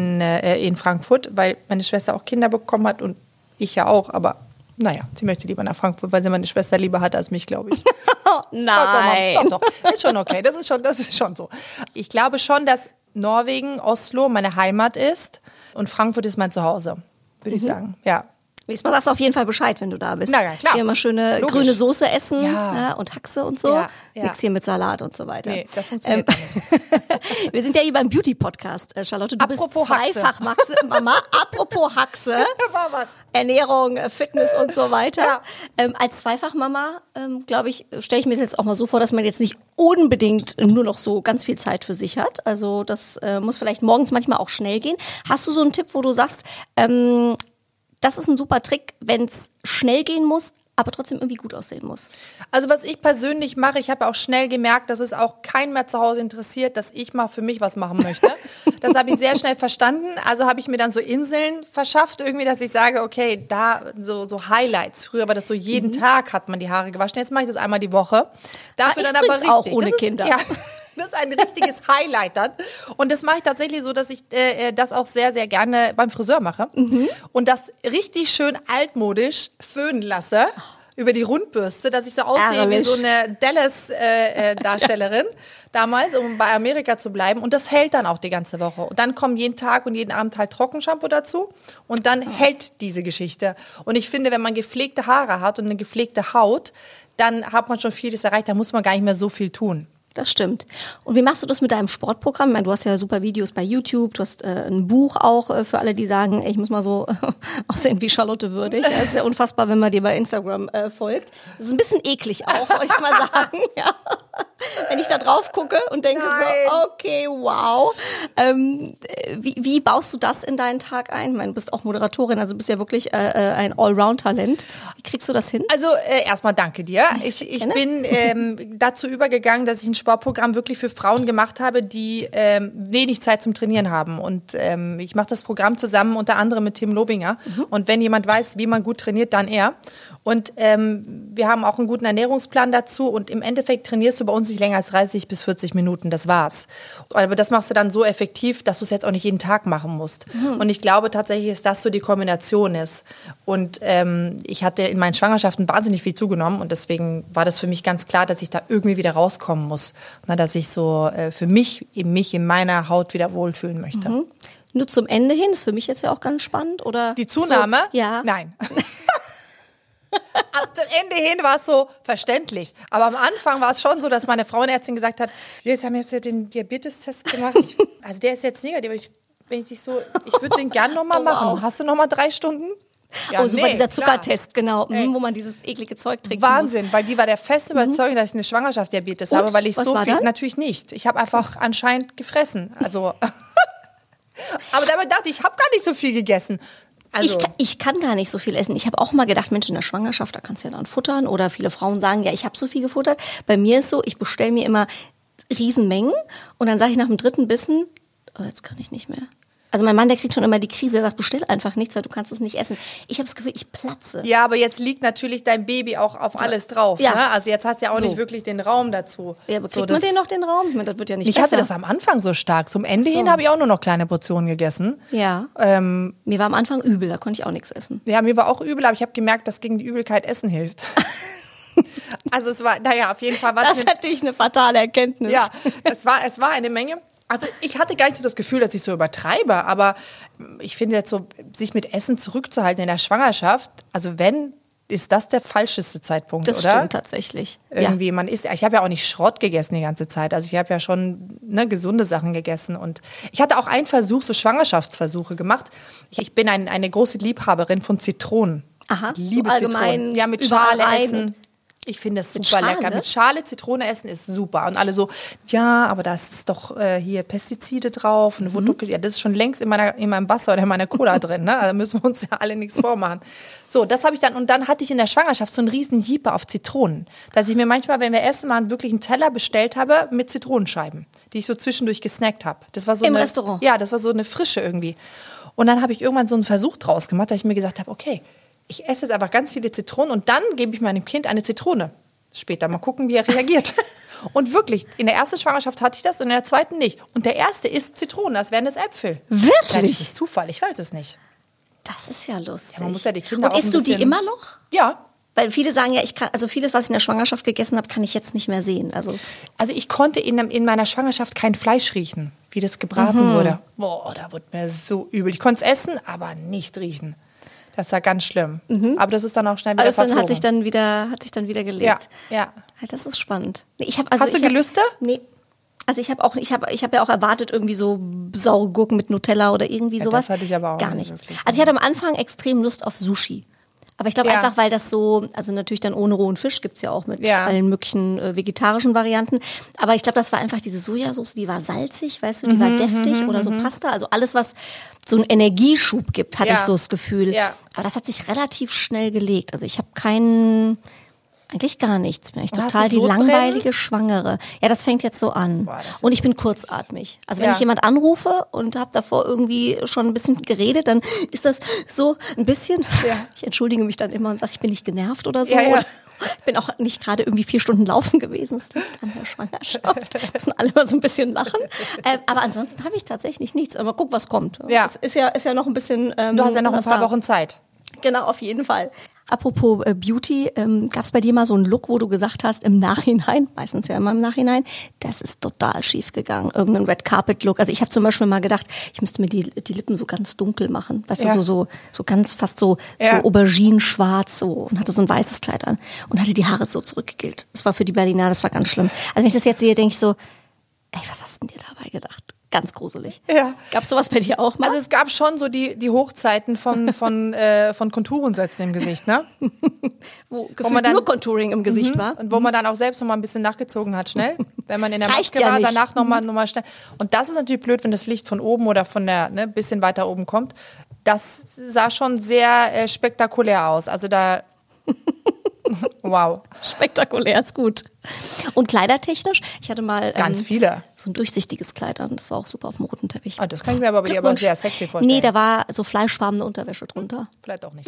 [SPEAKER 3] in Frankfurt, weil meine Schwester auch Kinder bekommen hat und ich ja auch, aber naja, sie möchte lieber nach Frankfurt, weil sie meine Schwester lieber hat als mich, glaube ich.
[SPEAKER 1] Oh, nein.
[SPEAKER 3] Doch. Ist schon okay. Das ist schon so. Ich glaube schon, dass Norwegen, Oslo meine Heimat ist und Frankfurt ist mein Zuhause, würde ich sagen. Ja.
[SPEAKER 1] Nächstes Mal sagst du auf jeden Fall Bescheid, wenn du da bist.
[SPEAKER 3] Na ja, klar.
[SPEAKER 1] Hier mal schöne
[SPEAKER 3] Logisch.
[SPEAKER 1] grüne Soße essen
[SPEAKER 3] Ja.
[SPEAKER 1] und Haxe und so.
[SPEAKER 3] Ja, ja.
[SPEAKER 1] Nix hier mit Salat und so weiter.
[SPEAKER 3] Nee, das funktioniert nicht.
[SPEAKER 1] Wir sind ja hier beim Beauty-Podcast, Charlotte. Du
[SPEAKER 3] Apropos
[SPEAKER 1] bist
[SPEAKER 3] Haxe.
[SPEAKER 1] zweifach Mama. Apropos Haxe.
[SPEAKER 3] War was.
[SPEAKER 1] Ernährung, Fitness und so weiter.
[SPEAKER 3] Ja.
[SPEAKER 1] Als Zweifachmama, glaube ich, stelle ich mir das jetzt auch mal so vor, dass man jetzt nicht unbedingt nur noch so ganz viel Zeit für sich hat. Also das muss vielleicht morgens manchmal auch schnell gehen. Hast du so einen Tipp, wo du sagst, das ist ein super Trick, wenn es schnell gehen muss, aber trotzdem irgendwie gut aussehen muss?
[SPEAKER 3] Also was ich persönlich mache, ich habe auch schnell gemerkt, dass es auch keinen mehr zu Hause interessiert, dass ich mal für mich was machen möchte. Das habe ich sehr schnell verstanden. Also habe ich mir dann so Inseln verschafft, irgendwie, dass ich sage, okay, da so Highlights. Früher war das so, jeden Tag hat man die Haare gewaschen. Jetzt mache ich das einmal die Woche. Dafür
[SPEAKER 1] ich
[SPEAKER 3] dann aber
[SPEAKER 1] übrigens
[SPEAKER 3] richtig.
[SPEAKER 1] auch ohne
[SPEAKER 3] Das ist,
[SPEAKER 1] Kinder.
[SPEAKER 3] Ja. Das ist ein richtiges Highlight dann. Und das mache ich tatsächlich so, dass ich das auch sehr, sehr gerne beim Friseur mache. Und das richtig schön altmodisch föhnen lasse über die Rundbürste, dass ich so aussehe wie
[SPEAKER 1] Ärgerlich.
[SPEAKER 3] so eine Dallas-Darstellerin damals, um bei Amerika zu bleiben. Und das hält dann auch die ganze Woche. Und dann kommen jeden Tag und jeden Abend halt Trockenshampoo dazu. Und dann hält diese Geschichte. Und ich finde, wenn man gepflegte Haare hat und eine gepflegte Haut, dann hat man schon vieles erreicht. Da muss man gar nicht mehr so viel tun.
[SPEAKER 1] Das stimmt. Und wie machst du das mit deinem Sportprogramm? Ich meine, du hast ja super Videos bei YouTube, du hast ein Buch auch für alle, die sagen, ich muss mal so aussehen wie Charlotte Würdig. Das ist ja unfassbar, wenn man dir bei Instagram folgt. Das ist ein bisschen eklig auch, wollte ich mal sagen. Ja. Wenn ich da drauf gucke und denke so, okay, wow. Wie baust du das in deinen Tag ein? Ich meine, du bist auch Moderatorin, also bist ja wirklich ein Allround-Talent. Wie kriegst du das hin?
[SPEAKER 3] Also erstmal danke dir. Ich bin dazu übergegangen, dass ich ein Sportprogramm wirklich für Frauen gemacht habe, die wenig Zeit zum Trainieren haben. Und ich mache das Programm zusammen unter anderem mit Tim Lobinger. Und wenn jemand weiß, wie man gut trainiert, dann er. Und wir haben auch einen guten Ernährungsplan dazu. Und im Endeffekt trainierst du bei uns nicht länger als 30 bis 40 Minuten. Das war's. Aber das machst du dann so effektiv, dass du es jetzt auch nicht jeden Tag machen musst. Und ich glaube tatsächlich, dass das so die Kombination ist. Und ich hatte in meinen Schwangerschaften wahnsinnig viel zugenommen. Und deswegen war das für mich ganz klar, dass ich da irgendwie wieder rauskommen muss. Na, dass ich so für mich in meiner Haut wieder wohlfühlen möchte.
[SPEAKER 1] Nur zum Ende hin, ist für mich jetzt ja auch ganz spannend, oder?
[SPEAKER 3] Die Zunahme?
[SPEAKER 1] So, ja.
[SPEAKER 3] Nein. Ab dem Ende hin war es so verständlich. Aber am Anfang war es schon so, dass meine Frauenärztin gesagt hat, jetzt haben wir jetzt den Diabetes-Test gemacht. Also der ist jetzt negativ. Ich würde den gern nochmal machen. Hast du nochmal 3 Stunden?
[SPEAKER 1] Ja, super, dieser
[SPEAKER 3] klar.
[SPEAKER 1] Zuckertest, genau, wo man dieses eklige Zeug trinkt.
[SPEAKER 3] Wahnsinn, weil die war der festen Überzeugung, dass ich eine Schwangerschaftsdiabetes habe, weil ich
[SPEAKER 1] was
[SPEAKER 3] so
[SPEAKER 1] war
[SPEAKER 3] viel,
[SPEAKER 1] dann?
[SPEAKER 3] natürlich nicht. Ich habe einfach anscheinend gefressen. Also, aber dabei dachte ich, habe gar nicht so viel gegessen. Also,
[SPEAKER 1] Ich kann gar nicht so viel essen. Ich habe auch mal gedacht, Mensch, in der Schwangerschaft, da kannst du ja dann futtern. Oder viele Frauen sagen, ja, ich habe so viel gefuttert. Bei mir ist so, ich bestelle mir immer Riesenmengen und dann sage ich nach dem 3. Bissen, oh, jetzt kann ich nicht mehr. Also mein Mann, der kriegt schon immer die Krise, der sagt, bestell einfach nichts, weil du kannst es nicht essen. Ich habe das Gefühl, ich platze.
[SPEAKER 3] ja, aber jetzt liegt natürlich dein Baby auch auf alles drauf.
[SPEAKER 1] Ja.
[SPEAKER 3] Ne? Also jetzt hast du ja auch
[SPEAKER 1] So.
[SPEAKER 3] nicht wirklich den Raum dazu.
[SPEAKER 1] Ja, aber
[SPEAKER 3] So,
[SPEAKER 1] kriegt man den noch den Raum? Ich meine, das wird ja nicht
[SPEAKER 3] Ich
[SPEAKER 1] besser.
[SPEAKER 3] hatte das am Anfang so stark. Zum Ende
[SPEAKER 1] Ach so.
[SPEAKER 3] hin habe ich auch nur noch kleine Portionen gegessen.
[SPEAKER 1] Ja. Mir war am Anfang übel, da konnte ich auch nichts essen.
[SPEAKER 3] Ja, mir war auch übel, aber ich habe gemerkt, dass gegen die Übelkeit Essen hilft. Also es war, naja, auf jeden Fall war
[SPEAKER 1] Das ist natürlich eine fatale Erkenntnis.
[SPEAKER 3] Ja, es war eine Menge. Also ich hatte gar nicht so das Gefühl, dass ich so übertreibe, aber ich finde jetzt so, sich mit Essen zurückzuhalten in der Schwangerschaft, also wenn, ist das der falscheste Zeitpunkt,
[SPEAKER 1] Das
[SPEAKER 3] oder?
[SPEAKER 1] stimmt tatsächlich.
[SPEAKER 3] Irgendwie, man isst, ich habe ja auch nicht Schrott gegessen die ganze Zeit, also ich habe ja schon gesunde Sachen gegessen und ich hatte auch einen Versuch, so Schwangerschaftsversuche gemacht. Ich bin eine große Liebhaberin von Zitronen.
[SPEAKER 1] Aha,
[SPEAKER 3] Ich liebe
[SPEAKER 1] so allgemein
[SPEAKER 3] Zitronen. Ja, mit
[SPEAKER 1] überall
[SPEAKER 3] Schale
[SPEAKER 1] rein.
[SPEAKER 3] essen. Ich finde das super
[SPEAKER 1] Schale?
[SPEAKER 3] lecker. Mit Schale Zitrone essen ist super. Und alle so, ja, aber da ist doch hier Pestizide drauf. Und ja, das ist schon längst in meinem Wasser oder in meiner Cola drin. Ne? Da müssen wir uns ja alle nichts vormachen. So, das habe ich dann. Und dann hatte ich in der Schwangerschaft so einen riesen Jeeper auf Zitronen. Dass ich mir manchmal, wenn wir essen, mal wirklich einen Teller bestellt habe mit Zitronenscheiben, die ich so zwischendurch gesnackt habe. Das war so
[SPEAKER 1] Im
[SPEAKER 3] eine,
[SPEAKER 1] Restaurant?
[SPEAKER 3] Ja, das war so eine Frische irgendwie. Und dann habe ich irgendwann so einen Versuch draus gemacht, dass ich mir gesagt habe, okay, ich esse jetzt einfach ganz viele Zitronen und dann gebe ich meinem Kind eine Zitrone. Später mal gucken, wie er reagiert. Und wirklich, in der ersten Schwangerschaft hatte ich das und in der zweiten nicht. Und der erste isst Zitronen, als wären es Äpfel.
[SPEAKER 1] Wirklich?
[SPEAKER 3] Vielleicht ist es Zufall, ich weiß es nicht.
[SPEAKER 1] Das ist ja lustig.
[SPEAKER 3] Ja, man muss ja die Kinder
[SPEAKER 1] Und
[SPEAKER 3] auch
[SPEAKER 1] isst
[SPEAKER 3] ein
[SPEAKER 1] du die
[SPEAKER 3] bisschen-
[SPEAKER 1] immer noch?
[SPEAKER 3] Ja.
[SPEAKER 1] Weil viele sagen ja, ich kann, also vieles, was ich in der Schwangerschaft gegessen habe, kann ich jetzt nicht mehr sehen. Also
[SPEAKER 3] Also ich konnte in meiner Schwangerschaft kein Fleisch riechen, wie das gebraten wurde. Boah, da wurde mir so übel. Ich konnte es essen, aber nicht riechen. Das war ganz schlimm. Aber das ist dann auch schnell wieder
[SPEAKER 1] alles dann
[SPEAKER 3] verflogen.
[SPEAKER 1] hat sich dann wieder gelegt.
[SPEAKER 3] Ja.
[SPEAKER 1] Ja, das ist spannend. Nee,
[SPEAKER 3] Hast du Gelüste?
[SPEAKER 1] Nee. Also ich habe ja auch erwartet, irgendwie so saure Gurken mit Nutella oder irgendwie
[SPEAKER 3] Ja,
[SPEAKER 1] sowas.
[SPEAKER 3] das hatte ich aber auch
[SPEAKER 1] gar
[SPEAKER 3] nicht
[SPEAKER 1] nichts.
[SPEAKER 3] wirklich.
[SPEAKER 1] Also ich hatte am Anfang extrem Lust auf Sushi. Aber ich glaube
[SPEAKER 3] Ja.
[SPEAKER 1] einfach, weil das so, also natürlich dann ohne rohen Fisch gibt's ja auch mit
[SPEAKER 3] Ja.
[SPEAKER 1] allen möglichen vegetarischen Varianten. Aber ich glaube, das war einfach diese Sojasauce, die war salzig, weißt du, die war deftig oder so Pasta. Also alles, was so einen Energieschub gibt, hatte
[SPEAKER 3] Ja.
[SPEAKER 1] ich so das Gefühl.
[SPEAKER 3] Ja.
[SPEAKER 1] Aber das hat sich relativ schnell gelegt. Also ich habe eigentlich gar nichts. Bin ich
[SPEAKER 3] Und hast
[SPEAKER 1] total
[SPEAKER 3] du
[SPEAKER 1] die
[SPEAKER 3] Sodbrennen?
[SPEAKER 1] langweilige Schwangere. Ja, das fängt jetzt so an.
[SPEAKER 3] Boah, das ist
[SPEAKER 1] Und ich bin kurzatmig. Also wenn
[SPEAKER 3] Ja.
[SPEAKER 1] ich jemand anrufe und habe davor irgendwie schon ein bisschen geredet, dann ist das so ein bisschen,
[SPEAKER 3] Ja.
[SPEAKER 1] ich entschuldige mich dann immer und sage, ich bin nicht genervt oder so.
[SPEAKER 3] Ja, ja.
[SPEAKER 1] Oder ich bin auch nicht gerade irgendwie 4 Stunden laufen gewesen. Das liegt an der Schwangerschaft. Müssen alle mal so ein bisschen lachen. Aber ansonsten habe ich tatsächlich nichts. Aber guck, was kommt.
[SPEAKER 3] Ja.
[SPEAKER 1] Es ist ja noch ein bisschen.
[SPEAKER 3] Du hast ja noch ein
[SPEAKER 1] was
[SPEAKER 3] paar
[SPEAKER 1] da.
[SPEAKER 3] Wochen Zeit.
[SPEAKER 1] Genau, auf jeden Fall. Apropos Beauty, gab es bei dir mal so einen Look, wo du gesagt hast, im Nachhinein, meistens ja immer im Nachhinein, das ist total schief gegangen, irgendein Red Carpet Look. Also ich habe zum Beispiel mal gedacht, ich müsste mir die Lippen so ganz dunkel machen, weißt
[SPEAKER 3] Ja.
[SPEAKER 1] du, so ganz fast so
[SPEAKER 3] Ja.
[SPEAKER 1] auberginenschwarz so und hatte so ein weißes Kleid an und hatte die Haare so zurückgegelt. Das war für die Berliner, das war ganz schlimm. Also wenn ich das jetzt sehe, denke ich so, ey, was hast denn dir dabei gedacht? Ganz gruselig.
[SPEAKER 3] Ja.
[SPEAKER 1] Gab's sowas bei dir auch mal?
[SPEAKER 3] Also es gab schon so die Hochzeiten von Konturensätzen im Gesicht, ne?
[SPEAKER 1] wo gefühlt
[SPEAKER 3] man dann-
[SPEAKER 1] nur Contouring im Gesicht war.
[SPEAKER 3] Und wo man dann auch selbst noch mal ein bisschen nachgezogen hat, schnell. Wenn man in der
[SPEAKER 1] Reicht
[SPEAKER 3] Maske
[SPEAKER 1] ja
[SPEAKER 3] war,
[SPEAKER 1] nicht.
[SPEAKER 3] danach noch mal schnell. Und das ist natürlich blöd, wenn das Licht von oben oder von der, bisschen weiter oben kommt. Das sah schon sehr spektakulär aus. Also da, wow.
[SPEAKER 1] Spektakulär, ist gut. Und kleidertechnisch, ich hatte mal
[SPEAKER 3] Ganz viele.
[SPEAKER 1] so ein durchsichtiges Kleid an, das war auch super auf dem roten Teppich.
[SPEAKER 3] Ah, das kann ich mir aber bei dir aber
[SPEAKER 1] Glückwunsch.
[SPEAKER 3] sehr sexy vorstellen.
[SPEAKER 1] Nee, da war so fleischfarbene Unterwäsche drunter.
[SPEAKER 3] Vielleicht auch nicht.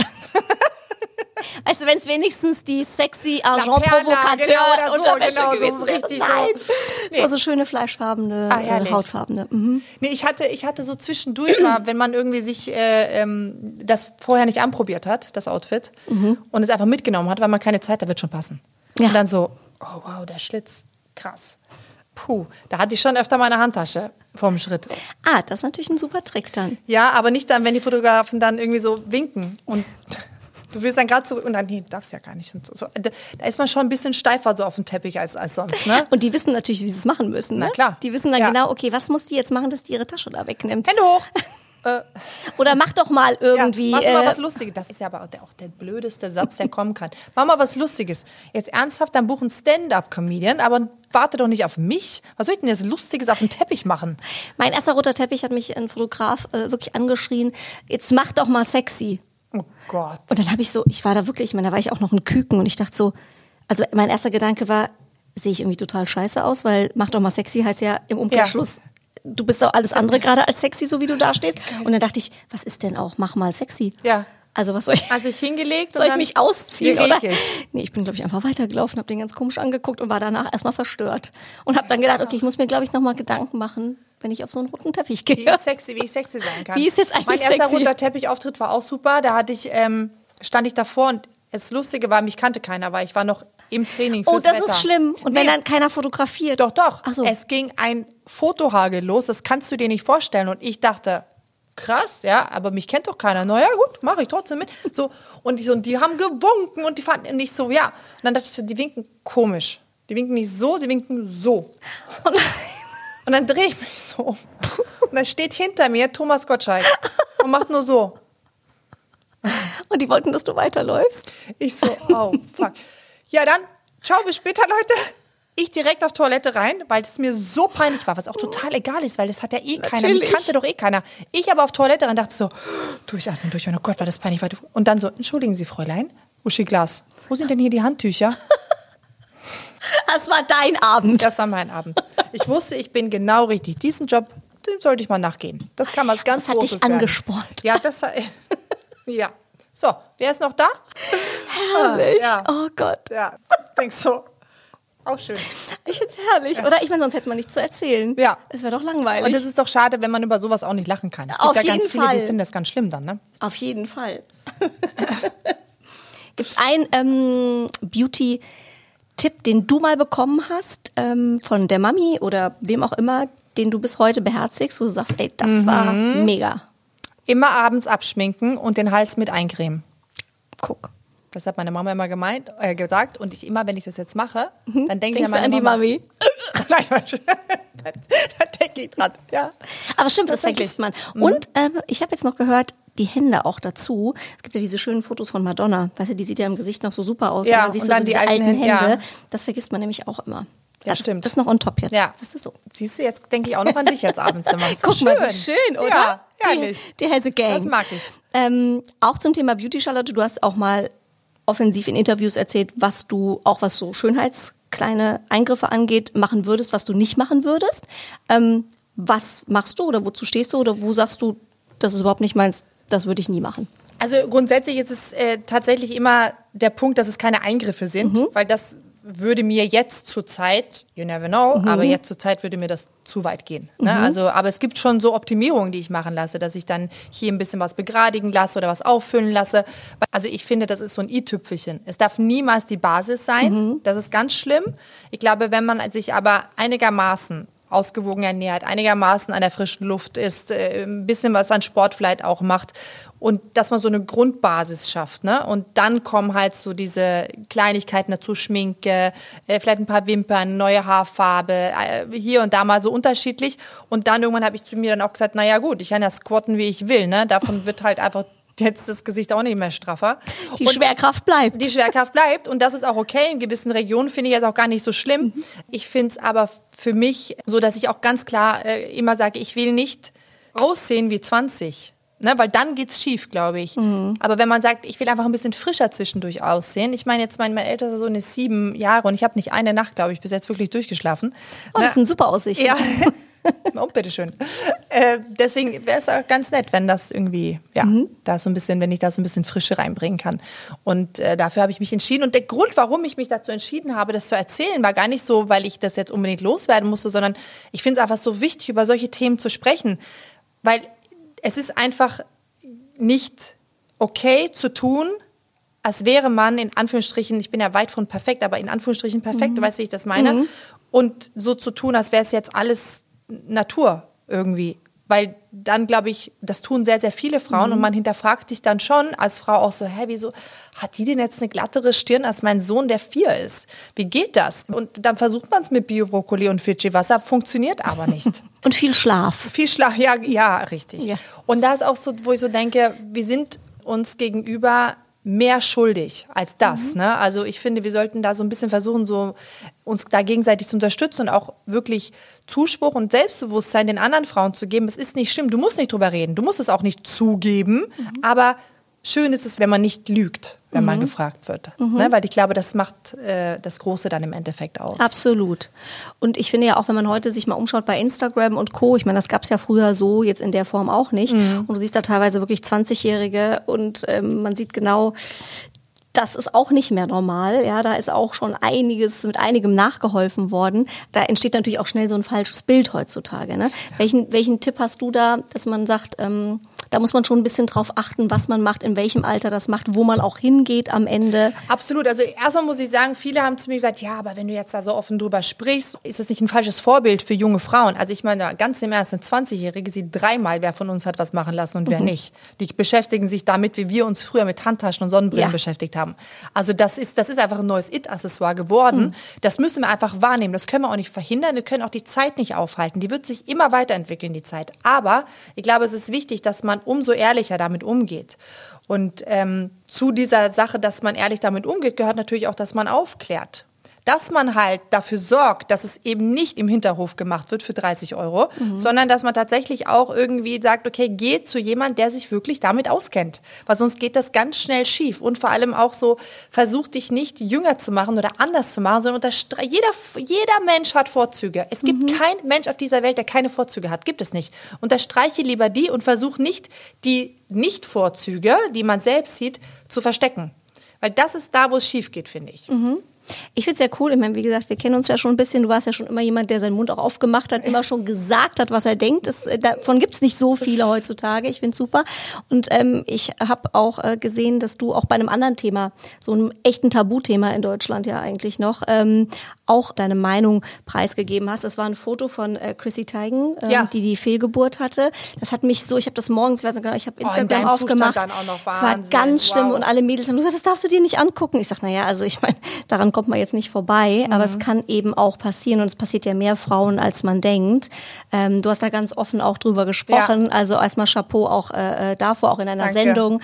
[SPEAKER 1] Weißt du, wenn es wenigstens die sexy Agent
[SPEAKER 3] Perla,
[SPEAKER 1] Provocateur
[SPEAKER 3] genau, oder so,
[SPEAKER 1] Unterwäsche
[SPEAKER 3] genau, so
[SPEAKER 1] gewesen wäre.
[SPEAKER 3] richtig so.
[SPEAKER 1] Nein,
[SPEAKER 3] Nee.
[SPEAKER 1] es war so schöne fleischfarbene,
[SPEAKER 3] herrlich.
[SPEAKER 1] hautfarbene. Mhm.
[SPEAKER 3] Nee, ich hatte so zwischendurch mal, wenn man irgendwie sich das vorher nicht anprobiert hat, das Outfit, und es einfach mitgenommen hat, weil man keine Zeit, da wird schon passen.
[SPEAKER 1] Ja.
[SPEAKER 3] Und dann so, oh wow, der Schlitz, krass. Puh, da hatte ich schon öfter meine Handtasche vorm Schritt.
[SPEAKER 1] Ah, das ist natürlich ein super Trick dann.
[SPEAKER 3] Ja, aber nicht dann, wenn die Fotografen dann irgendwie so winken und du willst dann gerade zurück und dann, nee, du darfst ja gar nicht. Und so. Da ist man schon ein bisschen steifer so auf dem Teppich als sonst, ne?
[SPEAKER 1] Und die wissen natürlich, wie sie es machen müssen. Ne?
[SPEAKER 3] Na klar.
[SPEAKER 1] Die wissen dann
[SPEAKER 3] Ja.
[SPEAKER 1] genau, okay, was muss die jetzt machen, dass die ihre Tasche da wegnimmt.
[SPEAKER 3] Hände hoch!
[SPEAKER 1] Oder mach doch mal irgendwie.
[SPEAKER 3] Ja, mach mal was Lustiges. Das ist ja aber auch der blödeste Satz, der kommen kann. Mach mal was Lustiges. Jetzt ernsthaft, dann buch einen Stand-Up-Comedian, aber warte doch nicht auf mich. Was soll ich denn jetzt Lustiges auf dem Teppich machen?
[SPEAKER 1] Mein erster roter Teppich hat mich ein Fotograf wirklich angeschrien, jetzt mach doch mal sexy.
[SPEAKER 3] Oh Gott.
[SPEAKER 1] Und dann habe ich war da wirklich, da war ich auch noch ein Küken und ich dachte so, also mein erster Gedanke war, sehe ich irgendwie total scheiße aus, weil mach doch mal sexy heißt ja im Umkehrschluss, du bist doch alles andere gerade als sexy, so wie du da stehst. Und dann dachte ich, was ist denn auch, mach mal sexy.
[SPEAKER 3] Ja.
[SPEAKER 1] Also was soll ich?
[SPEAKER 3] Hast dich hingelegt?
[SPEAKER 1] Soll ich mich ausziehen? Oder?
[SPEAKER 3] Geregelt.
[SPEAKER 1] Nee, ich bin, glaube ich, einfach weitergelaufen, habe den ganz komisch angeguckt und war danach erstmal verstört. Und habe dann gedacht, okay, ich muss mir, glaube ich, nochmal Gedanken machen, wenn ich auf so einen roten Teppich gehe.
[SPEAKER 3] Wie ich sexy sein kann.
[SPEAKER 1] Wie ist jetzt eigentlich
[SPEAKER 3] Mein erster
[SPEAKER 1] sexy?
[SPEAKER 3] roter Teppichauftritt war auch super. Da stand ich davor und das Lustige war, mich kannte keiner, weil ich war noch im Training fürs
[SPEAKER 1] Oh, das
[SPEAKER 3] Wetter.
[SPEAKER 1] ist schlimm. Und wenn dann keiner fotografiert.
[SPEAKER 3] Doch.
[SPEAKER 1] Ach so.
[SPEAKER 3] Es ging ein Fotohagel los, das kannst du dir nicht vorstellen. Und ich dachte, krass, ja, aber mich kennt doch keiner. Na ja, gut, mache ich trotzdem mit. So, und die haben gewunken und die fanden nicht so, ja. Und dann dachte ich so, die winken komisch. Die winken nicht so, die winken so. Und dann drehe ich mich so um. Und dann steht hinter mir Thomas Gottschalk und macht nur so.
[SPEAKER 1] Und die wollten, dass du weiterläufst.
[SPEAKER 3] Ich so, oh, fuck. Ja, dann, ciao, bis später, Leute. Ich direkt auf Toilette rein, weil es mir so peinlich war, was auch total egal ist, weil das hat ja keiner. Mich kannte doch keiner. Ich aber auf Toilette rein, dachte so, durchatmen, oh Gott, war das peinlich. Und dann so, entschuldigen Sie, Fräulein, Uschi Glas, wo sind denn hier die Handtücher?
[SPEAKER 1] Das war dein Abend.
[SPEAKER 3] Das war mein Abend. Ich wusste, ich bin genau richtig. Diesen Job, dem sollte ich mal nachgehen. Das kann was ganz
[SPEAKER 1] Das hat dich
[SPEAKER 3] Großes werden.
[SPEAKER 1] angespornt.
[SPEAKER 3] Ja, ja. So, wer ist noch da?
[SPEAKER 1] Herrlich.
[SPEAKER 3] Ja.
[SPEAKER 1] Oh Gott.
[SPEAKER 3] Ja, denkst so. Auch schön.
[SPEAKER 1] Ich find's herrlich, oder? Ich meine, sonst hätte man nichts zu erzählen.
[SPEAKER 3] Ja.
[SPEAKER 1] Es wäre doch langweilig.
[SPEAKER 3] Und es ist doch schade, wenn man über sowas auch nicht lachen kann. Es gibt
[SPEAKER 1] Auf
[SPEAKER 3] ja ganz
[SPEAKER 1] jeden
[SPEAKER 3] viele,
[SPEAKER 1] Fall.
[SPEAKER 3] die finden das ganz schlimm dann, ne?
[SPEAKER 1] Auf jeden Fall. Gibt es einen Beauty-Tipp, den du mal bekommen hast von der Mami oder wem auch immer, den du bis heute beherzigst, wo du sagst, ey, das war mega.
[SPEAKER 3] Immer abends abschminken und den Hals mit eincremen.
[SPEAKER 1] Guck.
[SPEAKER 3] Das hat meine Mama immer gesagt. Und wenn ich das jetzt mache, dann denke ich
[SPEAKER 1] Denkst
[SPEAKER 3] an meine
[SPEAKER 1] du an die
[SPEAKER 3] Mama.
[SPEAKER 1] Mami?
[SPEAKER 3] Nein, da denke ich dran. Ja.
[SPEAKER 1] Aber stimmt, das
[SPEAKER 3] Tatsächlich.
[SPEAKER 1] vergisst man. Und ich habe jetzt noch gehört, die Hände auch dazu. Es gibt ja diese schönen Fotos von Madonna. Weißt du, die sieht ja im Gesicht noch so super aus.
[SPEAKER 3] Ja,
[SPEAKER 1] und dann siehst
[SPEAKER 3] und
[SPEAKER 1] du
[SPEAKER 3] dann
[SPEAKER 1] so
[SPEAKER 3] die
[SPEAKER 1] diese
[SPEAKER 3] alten
[SPEAKER 1] alten
[SPEAKER 3] Hände,
[SPEAKER 1] Hände.
[SPEAKER 3] ja.
[SPEAKER 1] Das vergisst man nämlich auch immer.
[SPEAKER 3] Ja,
[SPEAKER 1] das,
[SPEAKER 3] stimmt.
[SPEAKER 1] Das ist noch on top jetzt.
[SPEAKER 3] Ja.
[SPEAKER 1] Das ist so.
[SPEAKER 3] Siehst du, jetzt denke ich auch noch an dich jetzt abends.
[SPEAKER 1] Guck mal, wie schön, oder?
[SPEAKER 3] Ja, herrlich.
[SPEAKER 1] Die Hesse Gang.
[SPEAKER 3] Das mag ich.
[SPEAKER 1] Auch zum Thema Beauty, Charlotte, du hast auch mal offensiv in Interviews erzählt, was du, auch was so schönheitskleine Eingriffe angeht, machen würdest, was du nicht machen würdest. Was machst du oder wozu stehst du oder wo sagst du, das ist überhaupt nicht meins, das würde ich nie machen?
[SPEAKER 3] Also grundsätzlich ist es tatsächlich immer der Punkt, dass es keine Eingriffe sind, weil das würde mir jetzt zur Zeit, you never know, aber jetzt zur Zeit würde mir das zu weit gehen. Ne? Also, aber es gibt schon so Optimierungen, die ich machen lasse, dass ich dann hier ein bisschen was begradigen lasse oder was auffüllen lasse. Also ich finde, das ist so ein i-Tüpfelchen. Es darf niemals die Basis sein. Das ist ganz schlimm. Ich glaube, wenn man sich aber einigermaßen ausgewogen ernährt, einigermaßen an der frischen Luft ist, ein bisschen was an Sport vielleicht auch macht und dass man so eine Grundbasis schafft, ne? Und dann kommen halt so diese Kleinigkeiten dazu, Schminke, vielleicht ein paar Wimpern, neue Haarfarbe, hier und da mal so unterschiedlich und dann irgendwann habe ich zu mir dann auch gesagt, naja gut, ich kann ja squatten, wie ich will, ne? Davon wird halt einfach jetzt das Gesicht auch nicht mehr straffer.
[SPEAKER 1] Die Schwerkraft bleibt.
[SPEAKER 3] Die Schwerkraft bleibt und das ist auch okay. In gewissen Regionen finde ich jetzt auch gar nicht so schlimm. Ich finde es aber für mich so, dass ich auch ganz klar immer sage, ich will nicht aussehen wie 20. Ne, weil dann geht's schief, glaube ich. Aber wenn man sagt, ich will einfach ein bisschen frischer zwischendurch aussehen. Ich meine jetzt, mein ältester Sohn ist 7 Jahre und ich habe nicht eine Nacht, glaube ich, bis jetzt wirklich durchgeschlafen.
[SPEAKER 1] Oh, das ist eine super Aussicht.
[SPEAKER 3] Ja. Oh, bitteschön. Deswegen wäre es auch ganz nett, wenn das irgendwie, da so ein bisschen, wenn ich da so ein bisschen Frische reinbringen kann. Und dafür habe ich mich entschieden. Und der Grund, warum ich mich dazu entschieden habe, das zu erzählen, war gar nicht so, weil ich das jetzt unbedingt loswerden musste, sondern ich finde es einfach so wichtig, über solche Themen zu sprechen. Weil es ist einfach nicht okay zu tun, als wäre man in Anführungsstrichen, ich bin ja weit von perfekt, aber in Anführungsstrichen perfekt, du weißt, wie ich das meine. Und so zu tun, als wäre es jetzt alles Natur irgendwie. Weil dann, glaube ich, das tun sehr, sehr viele Frauen und man hinterfragt sich dann schon als Frau auch so, wieso hat die denn jetzt eine glattere Stirn als mein Sohn, der 4 ist? Wie geht das? Und dann versucht man es mit Bio-Brokkoli und Fidschi-Wasser, funktioniert aber nicht.
[SPEAKER 1] Und viel Schlaf.
[SPEAKER 3] Viel Schlaf, ja, richtig.
[SPEAKER 1] Ja.
[SPEAKER 3] Und da ist auch so, wo ich so denke, wir sind uns gegenüber mehr schuldig als das. Ne? Also ich finde, wir sollten da so ein bisschen versuchen, so uns da gegenseitig zu unterstützen und auch wirklich Zuspruch und Selbstbewusstsein den anderen Frauen zu geben. Es ist nicht schlimm, du musst nicht drüber reden, du musst es auch nicht zugeben, aber schön ist es, wenn man nicht lügt, wenn man gefragt wird. Ne? Weil ich glaube, das macht das Große dann im Endeffekt aus.
[SPEAKER 1] Absolut. Und ich finde ja auch, wenn man heute sich mal umschaut bei Instagram und Co., ich meine, das gab es ja früher so, jetzt in der Form auch nicht. Und du siehst da teilweise wirklich 20-Jährige und man sieht genau, das ist auch nicht mehr normal. Ja, da ist auch schon mit einigem nachgeholfen worden. Da entsteht natürlich auch schnell so ein falsches Bild heutzutage. Ne? Welchen Tipp hast du da, dass man sagt, da muss man schon ein bisschen drauf achten, was man macht, in welchem Alter das macht, wo man auch hingeht am Ende?
[SPEAKER 3] Absolut. Also erstmal muss ich sagen, viele haben zu mir gesagt, ja, aber wenn du jetzt da so offen drüber sprichst, ist das nicht ein falsches Vorbild für junge Frauen? Also ich meine, ganz im Ernst, eine 20-Jährige sieht dreimal, wer von uns hat was machen lassen und wer nicht. Die beschäftigen sich damit, wie wir uns früher mit Handtaschen und Sonnenbrillen beschäftigt haben. Also das ist einfach ein neues It-Accessoire geworden. Das müssen wir einfach wahrnehmen. Das können wir auch nicht verhindern. Wir können auch die Zeit nicht aufhalten. Die wird sich immer weiterentwickeln, die Zeit. Aber ich glaube, es ist wichtig, dass man umso ehrlicher damit umgeht. Und zu dieser Sache, dass man ehrlich damit umgeht, gehört natürlich auch, dass man aufklärt. Dass man halt dafür sorgt, dass es eben nicht im Hinterhof gemacht wird für 30 €, sondern dass man tatsächlich auch irgendwie sagt, okay, geh zu jemandem, der sich wirklich damit auskennt. Weil sonst geht das ganz schnell schief. Und vor allem auch so, versuch dich nicht jünger zu machen oder anders zu machen, sondern jeder Mensch hat Vorzüge. Es gibt keinen Mensch auf dieser Welt, der keine Vorzüge hat. Gibt es nicht. Unterstreiche lieber die und versuch nicht, die Nicht-Vorzüge, die man selbst sieht, zu verstecken. Weil das ist da, wo es schief geht, finde ich.
[SPEAKER 1] Ich finde es sehr cool. Ich meine, wie gesagt, wir kennen uns ja schon ein bisschen. Du warst ja schon immer jemand, der seinen Mund auch aufgemacht hat, immer schon gesagt hat, was er denkt. Davon gibt es nicht so viele heutzutage. Ich finde es super. Und ich habe auch gesehen, dass du auch bei einem anderen Thema, so einem echten Tabuthema in Deutschland ja eigentlich noch, auch deine Meinung preisgegeben hast. Das war ein Foto von Chrissy Teigen, die Fehlgeburt hatte. Das hat mich so, ich habe das morgens, ich weiß nicht genau, ich habe Instagram aufgemacht.
[SPEAKER 3] Dann auch noch
[SPEAKER 1] es war ganz schlimm und alle Mädels haben gesagt, das darfst du dir nicht angucken. Ich sage, naja, also ich meine, daran kommt man jetzt nicht vorbei, aber es kann eben auch passieren und es passiert ja mehr Frauen, als man denkt. Du hast da ganz offen auch drüber gesprochen, also erstmal Chapeau auch davor, auch in einer Sendung.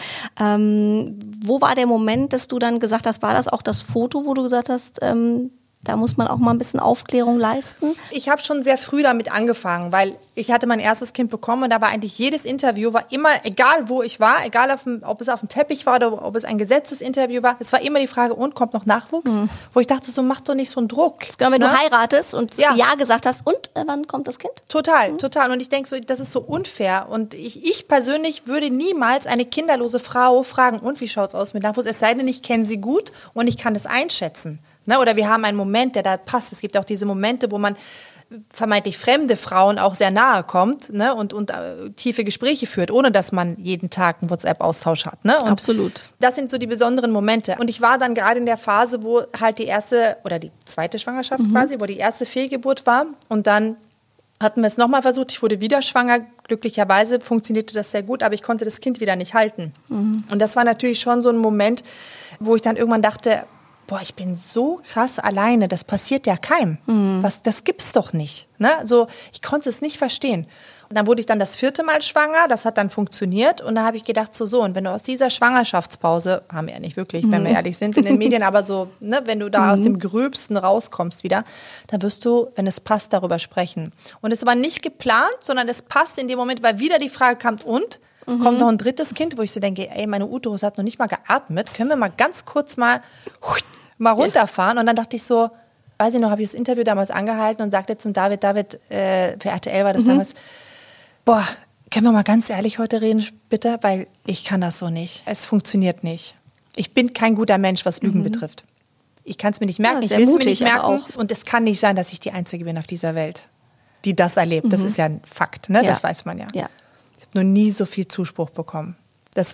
[SPEAKER 1] Wo war der Moment, dass du dann gesagt hast, war das auch das Foto, wo du gesagt hast, da muss man auch mal ein bisschen Aufklärung leisten?
[SPEAKER 3] Ich habe schon sehr früh damit angefangen, weil ich hatte mein erstes Kind bekommen und da war eigentlich jedes Interview, war immer, egal wo ich war, egal ob es auf dem Teppich war oder ob es ein gesetztes Interview war, es war immer die Frage, und kommt noch Nachwuchs? Wo ich dachte, so mach doch nicht so einen Druck.
[SPEAKER 1] Genau, wenn du heiratest und ja gesagt hast, und wann kommt das Kind?
[SPEAKER 3] Total. Und ich denke so, das ist so unfair und ich persönlich würde niemals eine kinderlose Frau fragen, und wie schaut's aus mit Nachwuchs? Es sei denn, ich kenne sie gut und ich kann es einschätzen. Ne? Oder wir haben einen Moment, der da passt. Es gibt auch diese Momente, wo man vermeintlich fremde Frauen auch sehr nahe kommt, ne? und tiefe Gespräche führt, ohne dass man jeden Tag einen WhatsApp-Austausch hat. Ne? Und
[SPEAKER 1] absolut.
[SPEAKER 3] Das sind so die besonderen Momente. Und ich war dann gerade in der Phase, wo halt die erste oder die zweite Schwangerschaft quasi, wo die erste Fehlgeburt war. Und dann hatten wir es nochmal versucht. Ich wurde wieder schwanger. Glücklicherweise funktionierte das sehr gut, aber ich konnte das Kind wieder nicht halten. Und das war natürlich schon so ein Moment, wo ich dann irgendwann dachte, boah, ich bin so krass alleine, das passiert ja keinem. Das gibt's doch nicht. Ne? So, ich konnte es nicht verstehen. Und dann wurde ich dann das 4. Mal schwanger, das hat dann funktioniert und da habe ich gedacht, so, und wenn du aus dieser Schwangerschaftspause, haben wir ja nicht wirklich, wenn wir ehrlich sind in den Medien, aber so, ne, wenn du da aus dem Gröbsten rauskommst wieder, dann wirst du, wenn es passt, darüber sprechen. Und es war nicht geplant, sondern es passt in dem Moment, weil wieder die Frage kam, und? Kommt noch ein 3. Kind, wo ich so denke, ey, meine Uterus hat noch nicht mal geatmet, können wir mal ganz kurz mal runterfahren? Und dann dachte ich so, weiß ich noch, habe ich das Interview damals angehalten und sagte zum David, für RTL war das damals, boah, können wir mal ganz ehrlich heute reden, bitte? Weil ich kann das so nicht. Es funktioniert nicht. Ich bin kein guter Mensch, was Lügen betrifft. Ich kann es mir nicht merken, ich will es mir nicht merken. Und es kann nicht sein, dass ich die Einzige bin auf dieser Welt, die das erlebt. Das ist ja ein Fakt, ne? Das weiß man ja. Ich habe noch nie so viel Zuspruch bekommen. Das war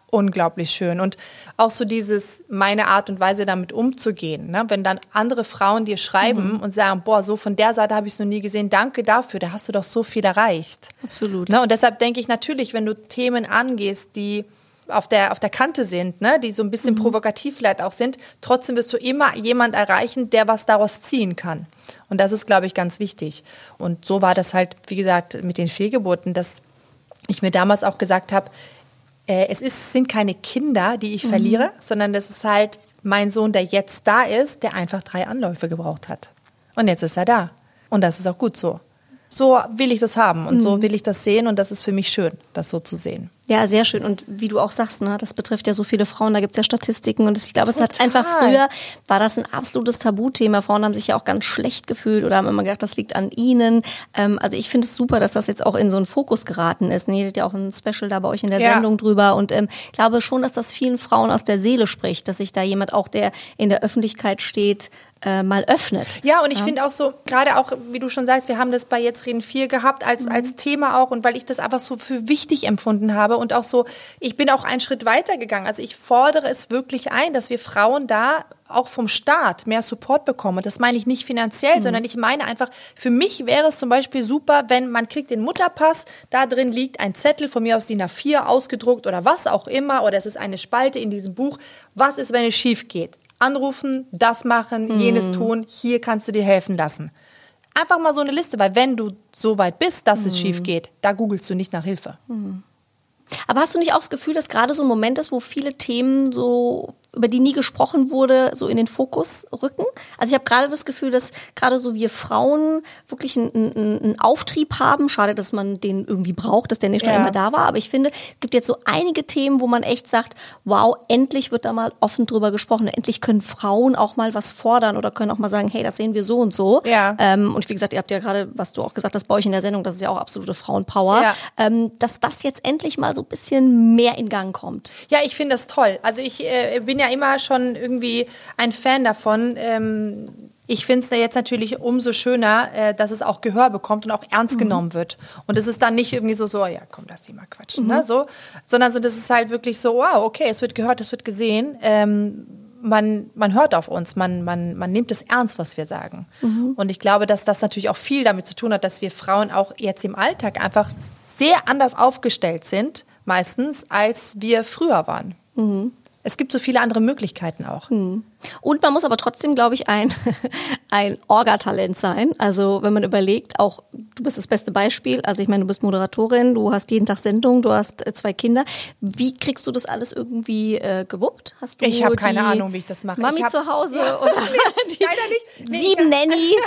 [SPEAKER 3] unglaublich schön. Und auch so meine Art und Weise damit umzugehen. Ne? Wenn dann andere Frauen dir schreiben und sagen, boah, so von der Seite habe ich es noch nie gesehen, danke dafür, da hast du doch so viel erreicht.
[SPEAKER 1] Absolut.
[SPEAKER 3] Ne? Und deshalb denke ich natürlich, wenn du Themen angehst, die auf der Kante sind, ne, die so ein bisschen provokativ vielleicht auch sind, trotzdem wirst du immer jemand erreichen, der was daraus ziehen kann. Und das ist, glaube ich, ganz wichtig. Und so war das halt, wie gesagt, mit den Fehlgeburten, dass ich mir damals auch gesagt habe, sind keine Kinder, die ich verliere, sondern das ist halt mein Sohn, der jetzt da ist, der einfach 3 Anläufe gebraucht hat. Und jetzt ist er da. Und das ist auch gut so. So will ich das haben und so will ich das sehen und das ist für mich schön, das so zu sehen.
[SPEAKER 1] Ja, sehr schön. Und wie du auch sagst, ne, das betrifft ja so viele Frauen, da gibt es ja Statistiken und ich glaube, es hat einfach früher, war das ein absolutes Tabuthema. Frauen haben sich ja auch ganz schlecht gefühlt oder haben immer gedacht, das liegt an ihnen. Also ich finde es super, dass das jetzt auch in so einen Fokus geraten ist. Ihr hattet ja auch ein Special da bei euch in der Sendung drüber und ich glaube schon, dass das vielen Frauen aus der Seele spricht, dass sich da jemand auch, der in der Öffentlichkeit steht, mal öffnet.
[SPEAKER 3] Ja, und ich finde auch so, gerade auch, wie du schon sagst, wir haben das bei Jetzt reden 4 gehabt als Thema auch und weil ich das einfach so für wichtig empfunden habe und auch so, ich bin auch einen Schritt weiter gegangen. Also ich fordere es wirklich ein, dass wir Frauen da auch vom Staat mehr Support bekommen. Und das meine ich nicht finanziell, sondern ich meine einfach, für mich wäre es zum Beispiel super, wenn man kriegt den Mutterpass, da drin liegt ein Zettel von mir aus DIN A4 ausgedruckt oder was auch immer oder es ist eine Spalte in diesem Buch. Was ist, wenn es schief geht? Anrufen, das machen, jenes tun, hier kannst du dir helfen lassen. Einfach mal so eine Liste, weil wenn du so weit bist, dass es schief geht, da googelst du nicht nach Hilfe.
[SPEAKER 1] Aber hast du nicht auch das Gefühl, dass gerade so ein Moment ist, wo viele Themen so, über die nie gesprochen wurde, so in den Fokus rücken? Also ich habe gerade das Gefühl, dass gerade so wir Frauen wirklich einen Auftrieb haben. Schade, dass man den irgendwie braucht, dass der nicht schon immer da war. Aber ich finde, es gibt jetzt so einige Themen, wo man echt sagt, wow, endlich wird da mal offen drüber gesprochen. Endlich können Frauen auch mal was fordern oder können auch mal sagen, hey, das sehen wir so und so.
[SPEAKER 3] Ja.
[SPEAKER 1] Und wie gesagt, ihr habt ja gerade, was du auch gesagt hast bei euch in der Sendung, das ist ja auch absolute Frauenpower. Ja. Dass das jetzt endlich mal so ein bisschen mehr in Gang kommt.
[SPEAKER 3] Ja, ich finde das toll. Also ich bin ja immer schon irgendwie ein Fan davon. Ich finde es jetzt natürlich umso schöner, dass es auch Gehör bekommt und auch ernst genommen wird. Und es ist dann nicht irgendwie so, ja komm, lass die mal quatschen, ne? So, sondern so, das ist halt wirklich so, wow, okay, es wird gehört, es wird gesehen. Man hört auf uns, man nimmt es ernst, was wir sagen. Und ich glaube, dass das natürlich auch viel damit zu tun hat, dass wir Frauen auch jetzt im Alltag einfach sehr anders aufgestellt sind, meistens, als wir früher waren. Es gibt so viele andere Möglichkeiten auch.
[SPEAKER 1] Und man muss aber trotzdem, glaube ich, ein Orga-Talent sein. Also wenn man überlegt, auch du bist das beste Beispiel. Also ich meine, du bist Moderatorin, du hast jeden Tag Sendung, du hast 2 Kinder. Wie kriegst du das alles irgendwie gewuppt? Hast du
[SPEAKER 3] ich habe keine Ahnung, wie ich das mache.
[SPEAKER 1] Mami zu Hause? Oder
[SPEAKER 3] leider nicht.
[SPEAKER 1] 7 Nannies?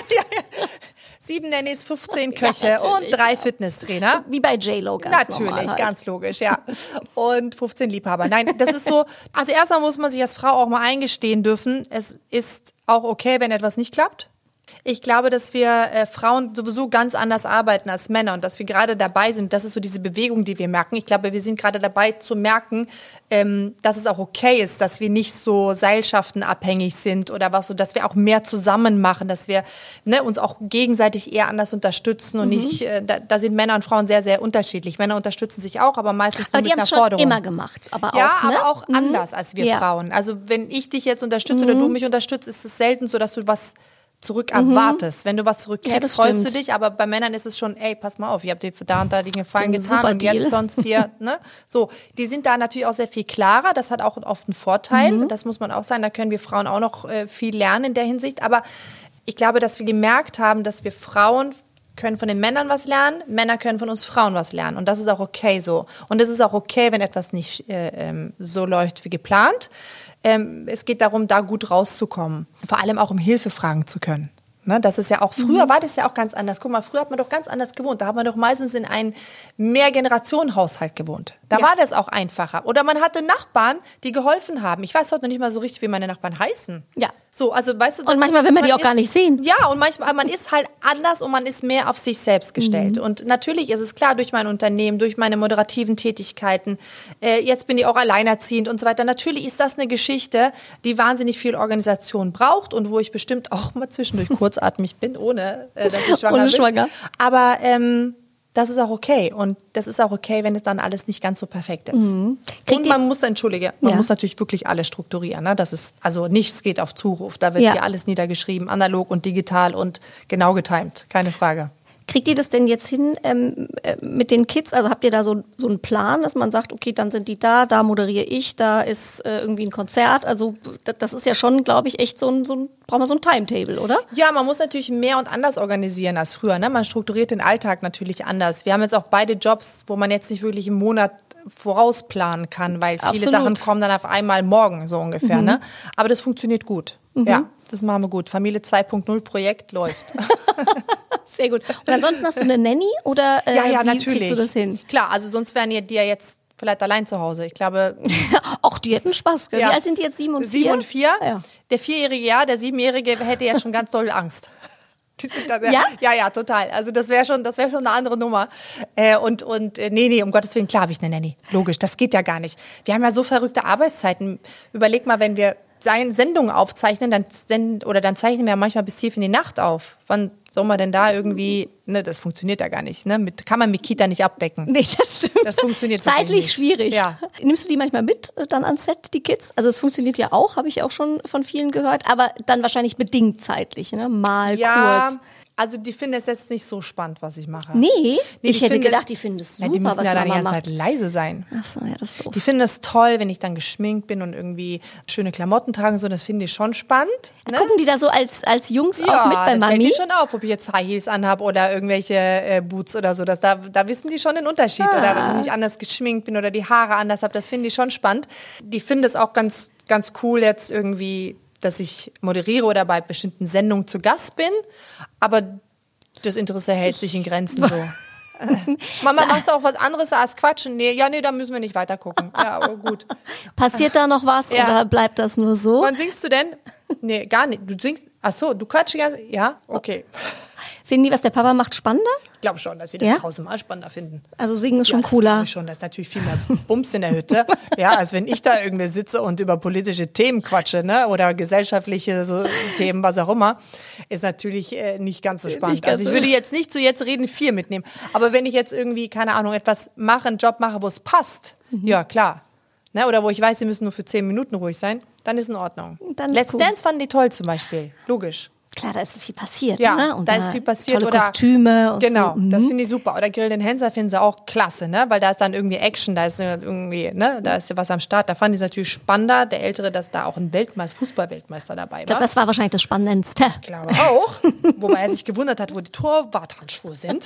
[SPEAKER 3] 7 Nannies, 15 Köche und 3 Fitnesstrainer.
[SPEAKER 1] Wie bei J-Lo, ganz normal
[SPEAKER 3] natürlich,
[SPEAKER 1] halt.
[SPEAKER 3] ganz logisch, ja. Und 15 Liebhaber. Nein, das ist so, also erstmal muss man sich als Frau auch mal eingestehen dürfen, es ist auch okay, wenn etwas nicht klappt. Ich glaube, dass wir Frauen sowieso ganz anders arbeiten als Männer und dass wir gerade dabei sind, das ist so diese Bewegung, die wir merken. Ich glaube, wir sind gerade dabei zu merken, dass es auch okay ist, dass wir nicht so seilschaftenabhängig sind oder was so, dass wir auch mehr zusammen machen, dass wir uns auch gegenseitig eher anders unterstützen und nicht, da sind Männer und Frauen sehr, sehr unterschiedlich. Männer unterstützen sich auch, aber meistens nur mit einer Forderung.
[SPEAKER 1] Die haben es schon immer gemacht, aber
[SPEAKER 3] ja,
[SPEAKER 1] auch, ne?
[SPEAKER 3] aber auch anders als wir Frauen. Also wenn ich dich jetzt unterstütze oder du mich unterstützt, ist es selten so, dass du was zurück erwartest. Wenn du was zurückkriegst, freust du dich, aber bei Männern ist es schon, ey, pass mal auf, ihr habt dir da und da den Gefallen getan und jetzt sonst hier, ne? So, die sind da natürlich auch sehr viel klarer, das hat auch oft einen Vorteil, das muss man auch sagen, da können wir Frauen auch noch viel lernen in der Hinsicht, aber ich glaube, dass wir gemerkt haben, dass wir Frauen können von den Männern was lernen, Männer können von uns Frauen was lernen und das ist auch okay so. Und es ist auch okay, wenn etwas nicht so läuft wie geplant. Es geht darum, da gut rauszukommen. Vor allem auch, um Hilfe fragen zu können. Ne, das ist ja auch, früher war das ja auch ganz anders. Guck mal, früher hat man doch ganz anders gewohnt. Da hat man doch meistens in einem Mehrgenerationenhaushalt gewohnt. Da war das auch einfacher. Oder man hatte Nachbarn, die geholfen haben. Ich weiß heute noch nicht mal so richtig, wie meine Nachbarn heißen.
[SPEAKER 1] Ja.
[SPEAKER 3] So, also, weißt du,
[SPEAKER 1] und manchmal will man die auch gar nicht sehen.
[SPEAKER 3] Ja, und manchmal, man ist halt anders und man ist mehr auf sich selbst gestellt. Und natürlich ist es klar, durch mein Unternehmen, durch meine moderativen Tätigkeiten, jetzt bin ich auch alleinerziehend und so weiter. Natürlich ist das eine Geschichte, die wahnsinnig viel Organisation braucht und wo ich bestimmt auch mal zwischendurch kurzatmig bin, ohne dass ich schwanger bin. Aber das ist auch okay. Und das ist auch okay, wenn es dann alles nicht ganz so perfekt ist. Und man muss natürlich wirklich alles strukturieren. Ne? Das ist, also nichts geht auf Zuruf. Da wird hier alles niedergeschrieben, analog und digital und genau getimt. Keine Frage.
[SPEAKER 1] Kriegt ihr das denn jetzt hin mit den Kids? Also habt ihr da so einen Plan, dass man sagt, okay, dann sind die da moderiere ich, da ist irgendwie ein Konzert. Also das ist ja schon, glaube ich, echt brauchen wir so ein Timetable, oder?
[SPEAKER 3] Ja, man muss natürlich mehr und anders organisieren als früher. Ne? Man strukturiert den Alltag natürlich anders. Wir haben jetzt auch beide Jobs, wo man jetzt nicht wirklich im Monat vorausplanen kann, weil viele Sachen kommen dann auf einmal morgen so ungefähr. Ne? Aber das funktioniert gut. Ja, das machen wir gut. Familie 2.0 Projekt läuft.
[SPEAKER 1] Sehr gut. Und ansonsten hast du eine Nanny oder
[SPEAKER 3] ja,
[SPEAKER 1] wie
[SPEAKER 3] natürlich.
[SPEAKER 1] Kriegst du das hin?
[SPEAKER 3] Klar, also sonst wären die ja jetzt vielleicht allein zu Hause. Ich glaube...
[SPEAKER 1] Auch die hätten Spaß. Gell? Wie alt sind die jetzt? 7 und 4?
[SPEAKER 3] 7 und 4. Ja. Der 4-Jährige ja, der 7-Jährige hätte ja schon ganz doll Angst. Ja, total. Also das wäre schon eine andere Nummer. Nee, um Gottes Willen, klar habe ich eine Nanny. Logisch, das geht ja gar nicht. Wir haben ja so verrückte Arbeitszeiten. Überleg mal, wenn wir Sendungen aufzeichnen, dann zeichnen wir manchmal bis tief in die Nacht auf. Wann soll man denn da irgendwie, ne, das funktioniert ja gar nicht, ne? Kann man mit Kita nicht abdecken.
[SPEAKER 1] Nee, das stimmt.
[SPEAKER 3] Das funktioniert
[SPEAKER 1] zeitlich
[SPEAKER 3] nicht.
[SPEAKER 1] Schwierig. Ja. Nimmst du die manchmal mit dann ans Set, die Kids? Also es funktioniert ja auch, habe ich auch schon von vielen gehört, aber dann wahrscheinlich bedingt zeitlich, ne? Mal kurz.
[SPEAKER 3] Also die finden es jetzt nicht so spannend, was ich mache.
[SPEAKER 1] Nee, ich hätte gedacht, die finden es super,
[SPEAKER 3] die müssen
[SPEAKER 1] was
[SPEAKER 3] ja dann
[SPEAKER 1] Mama
[SPEAKER 3] die ganze
[SPEAKER 1] macht.
[SPEAKER 3] Zeit leise sein.
[SPEAKER 1] Ach so, ja, das ist doof.
[SPEAKER 3] Die finden es toll, wenn ich dann geschminkt bin und irgendwie schöne Klamotten trage und so, das finden die schon spannend. Ne?
[SPEAKER 1] Gucken die da so als Jungs auch mit bei
[SPEAKER 3] das
[SPEAKER 1] Mami?
[SPEAKER 3] fällt dir schon auf, ob ich jetzt High Heels anhabe oder irgendwelche Boots oder so. Da wissen die schon den Unterschied. Oder wenn ich anders geschminkt bin oder die Haare anders habe, das finden die schon spannend. Die finden es auch ganz, ganz cool jetzt irgendwie, dass ich moderiere oder bei bestimmten Sendungen zu Gast bin. Aber das Interesse hält sich in Grenzen so. Mama, machst du auch was anderes als Quatschen? Nee, da müssen wir nicht weiter gucken. Ja, aber gut.
[SPEAKER 1] Passiert da noch was oder bleibt das nur so?
[SPEAKER 3] Wann singst du denn? Nee, gar nicht. Du singst, ach so, du quatschst ja? Ja, okay.
[SPEAKER 1] Finden die, was der Papa macht, spannender?
[SPEAKER 3] Ich glaube schon, dass sie das tausendmal spannender finden.
[SPEAKER 1] Also singen ist schon
[SPEAKER 3] das
[SPEAKER 1] cooler.
[SPEAKER 3] glaube ich schon. Da ist natürlich viel mehr Bums in der Hütte. Ja, als wenn ich da irgendwie sitze und über politische Themen quatsche, ne? Oder gesellschaftliche so Themen, was auch immer, ist natürlich nicht ganz so spannend. Also ich würde jetzt nicht zu Jetzt reden 4 mitnehmen. Aber wenn ich jetzt irgendwie, keine Ahnung, etwas mache, einen Job mache, wo es passt, ja klar. Ne? Oder wo ich weiß, sie müssen nur für 10 Minuten ruhig sein, dann ist in Ordnung. Let's Dance fanden die toll zum Beispiel. Logisch.
[SPEAKER 1] Klar, da ist viel passiert.
[SPEAKER 3] Ja,
[SPEAKER 1] ne? Und
[SPEAKER 3] da ist viel passiert.
[SPEAKER 1] Tolle
[SPEAKER 3] oder
[SPEAKER 1] Kostüme. Und
[SPEAKER 3] genau,
[SPEAKER 1] so.
[SPEAKER 3] das finde ich super. Oder Grill den Hensler finden sie auch klasse, ne? Weil da ist dann irgendwie Action, da ist irgendwie, ne? Da ist ja was am Start. Da fand ich es natürlich spannender, der Ältere, dass da auch ein Fußball-Weltmeister dabei war.
[SPEAKER 1] Ich glaube, das war wahrscheinlich das Spannendste.
[SPEAKER 3] Ich glaube auch. Wobei er sich gewundert hat, wo die Torwarthandschuhe sind.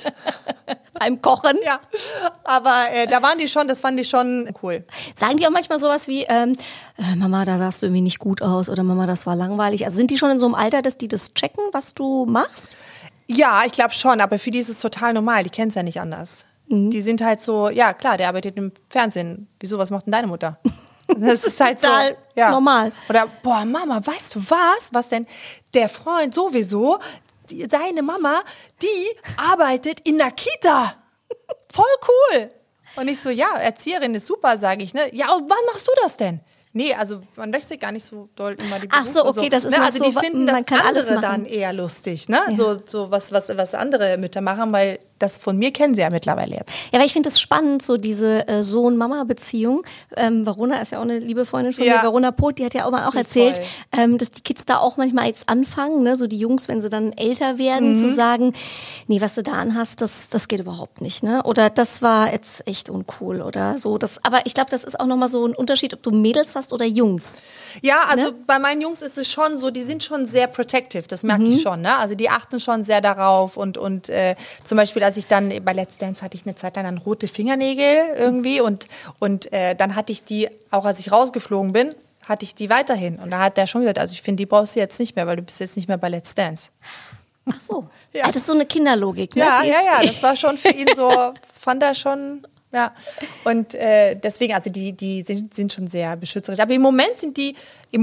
[SPEAKER 1] Beim Kochen.
[SPEAKER 3] Ja, aber da waren die schon, das fand ich schon cool.
[SPEAKER 1] Sagen die auch manchmal sowas wie, Mama, da sahst du irgendwie nicht gut aus oder Mama, das war langweilig. Also sind die schon in so einem Alter, dass die das checken, was du machst?
[SPEAKER 3] Ja, ich glaube schon, aber für die ist es total normal. Die kennen es ja nicht anders. Die sind halt so, ja klar, der arbeitet im Fernsehen. Wieso, was macht denn deine Mutter? Das ist halt
[SPEAKER 1] total
[SPEAKER 3] so, ja.
[SPEAKER 1] normal.
[SPEAKER 3] Oder, boah, Mama, weißt du was? Was denn? Der Freund sowieso, seine Mama, die arbeitet in der Kita. Voll cool. Und ich so, ja, Erzieherin ist super, sage ich, ne? Ja, und wann machst du das denn? Nee, also man wechselt gar nicht so doll immer die Berufe.
[SPEAKER 1] Ach so, okay,
[SPEAKER 3] so.
[SPEAKER 1] das ist
[SPEAKER 3] ne?
[SPEAKER 1] noch
[SPEAKER 3] Also
[SPEAKER 1] so,
[SPEAKER 3] die finden
[SPEAKER 1] man
[SPEAKER 3] das
[SPEAKER 1] kann alles
[SPEAKER 3] andere
[SPEAKER 1] machen.
[SPEAKER 3] dann eher lustig, ne?
[SPEAKER 1] Ja.
[SPEAKER 3] So was andere Mütter machen, weil das von mir kennen sie ja mittlerweile jetzt.
[SPEAKER 1] Ja, weil ich finde es spannend, so diese Sohn-Mama-Beziehung. Verona ist ja auch eine liebe Freundin von mir, Verona Poth, die hat ja auch mal erzählt, dass die Kids da auch manchmal jetzt anfangen, ne, so die Jungs, wenn sie dann älter werden, zu sagen, nee, was du da anhast, das geht überhaupt nicht, ne? Oder das war jetzt echt uncool oder so. Aber ich glaube, das ist auch nochmal so ein Unterschied, ob du Mädels hast oder Jungs.
[SPEAKER 3] Ja, also
[SPEAKER 1] Ne?
[SPEAKER 3] bei meinen Jungs ist es schon so, die sind schon sehr protective, das merke ich schon, ne? Also die achten schon sehr darauf und zum Beispiel, als ich dann bei Let's Dance hatte ich eine Zeit lang dann rote Fingernägel irgendwie und dann hatte ich die, auch als ich rausgeflogen bin, hatte ich die weiterhin. Und da hat der schon gesagt, also ich finde, die brauchst du jetzt nicht mehr, weil du bist jetzt nicht mehr bei Let's Dance.
[SPEAKER 1] Ach so.
[SPEAKER 3] Ja.
[SPEAKER 1] Das ist so eine Kinderlogik, ne?
[SPEAKER 3] Ja,
[SPEAKER 1] Die ist-
[SPEAKER 3] ja, das war schon für ihn so, fand er schon, ja. Und deswegen, also die sind schon sehr beschützerisch. Aber im Moment sind die,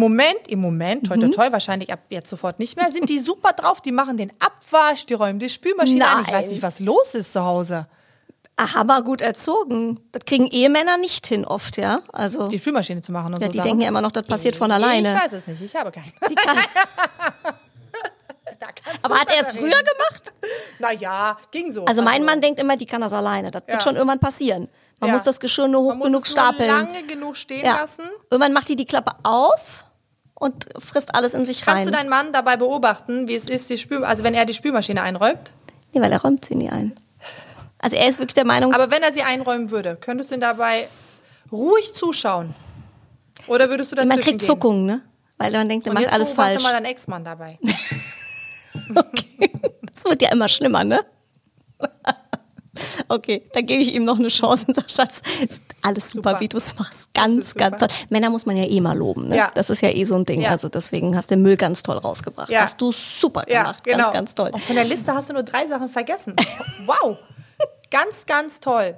[SPEAKER 3] toi, toi, toi, wahrscheinlich ab jetzt sofort nicht mehr, sind die super drauf. Die machen den Abwasch, die räumen die Spülmaschine ein. Ich
[SPEAKER 1] Nein.
[SPEAKER 3] weiß nicht, was los ist zu Hause.
[SPEAKER 1] Hammer gut erzogen. Das kriegen Ehemänner nicht hin oft, ja? Also
[SPEAKER 3] Die Spülmaschine zu machen und
[SPEAKER 1] ja,
[SPEAKER 3] so
[SPEAKER 1] die
[SPEAKER 3] Sachen.
[SPEAKER 1] denken ja immer noch, das passiert von alleine.
[SPEAKER 3] Ich weiß es nicht, ich habe keinen.
[SPEAKER 1] Die kann-
[SPEAKER 3] Da kannst
[SPEAKER 1] Aber
[SPEAKER 3] du
[SPEAKER 1] hat er es
[SPEAKER 3] besser
[SPEAKER 1] früher
[SPEAKER 3] reden.
[SPEAKER 1] gemacht?
[SPEAKER 3] Naja, ging so.
[SPEAKER 1] Also mein Mann denkt immer, die kann das alleine. Das wird schon irgendwann passieren. Man
[SPEAKER 3] Ja.
[SPEAKER 1] muss das Geschirr nur hoch
[SPEAKER 3] Man
[SPEAKER 1] genug
[SPEAKER 3] muss es nur
[SPEAKER 1] stapeln.
[SPEAKER 3] lange genug stehen lassen.
[SPEAKER 1] Irgendwann macht die Klappe auf und frisst alles in sich rein.
[SPEAKER 3] Kannst du deinen Mann dabei beobachten, wie es ist, also wenn er die Spülmaschine einräumt?
[SPEAKER 1] Nee, weil er räumt sie nie ein. Also er ist wirklich der Meinung...
[SPEAKER 3] Aber wenn er sie einräumen würde, könntest du ihn dabei ruhig zuschauen? Oder würdest du dazwischen
[SPEAKER 1] man kriegt
[SPEAKER 3] gehen?
[SPEAKER 1] Zuckungen, ne? Weil man denkt, er
[SPEAKER 3] Und
[SPEAKER 1] macht
[SPEAKER 3] jetzt
[SPEAKER 1] alles
[SPEAKER 3] beobachte
[SPEAKER 1] falsch.
[SPEAKER 3] mal deinen Ex-Mann dabei.
[SPEAKER 1] Okay. Das wird ja immer schlimmer, ne? Okay, dann gebe ich ihm noch eine Chance und sage, Schatz, ist alles super, wie du es machst. Ganz, ganz toll. Männer muss man ja eh mal loben, ne?
[SPEAKER 3] Ja.
[SPEAKER 1] Das ist ja eh so ein Ding.
[SPEAKER 3] Ja.
[SPEAKER 1] Also deswegen hast du den Müll ganz toll rausgebracht.
[SPEAKER 3] Ja.
[SPEAKER 1] Hast du super
[SPEAKER 3] Ja,
[SPEAKER 1] gemacht.
[SPEAKER 3] genau.
[SPEAKER 1] Ganz, ganz toll.
[SPEAKER 3] Und von der Liste hast du nur 3 Sachen vergessen. Wow. Ganz, ganz toll.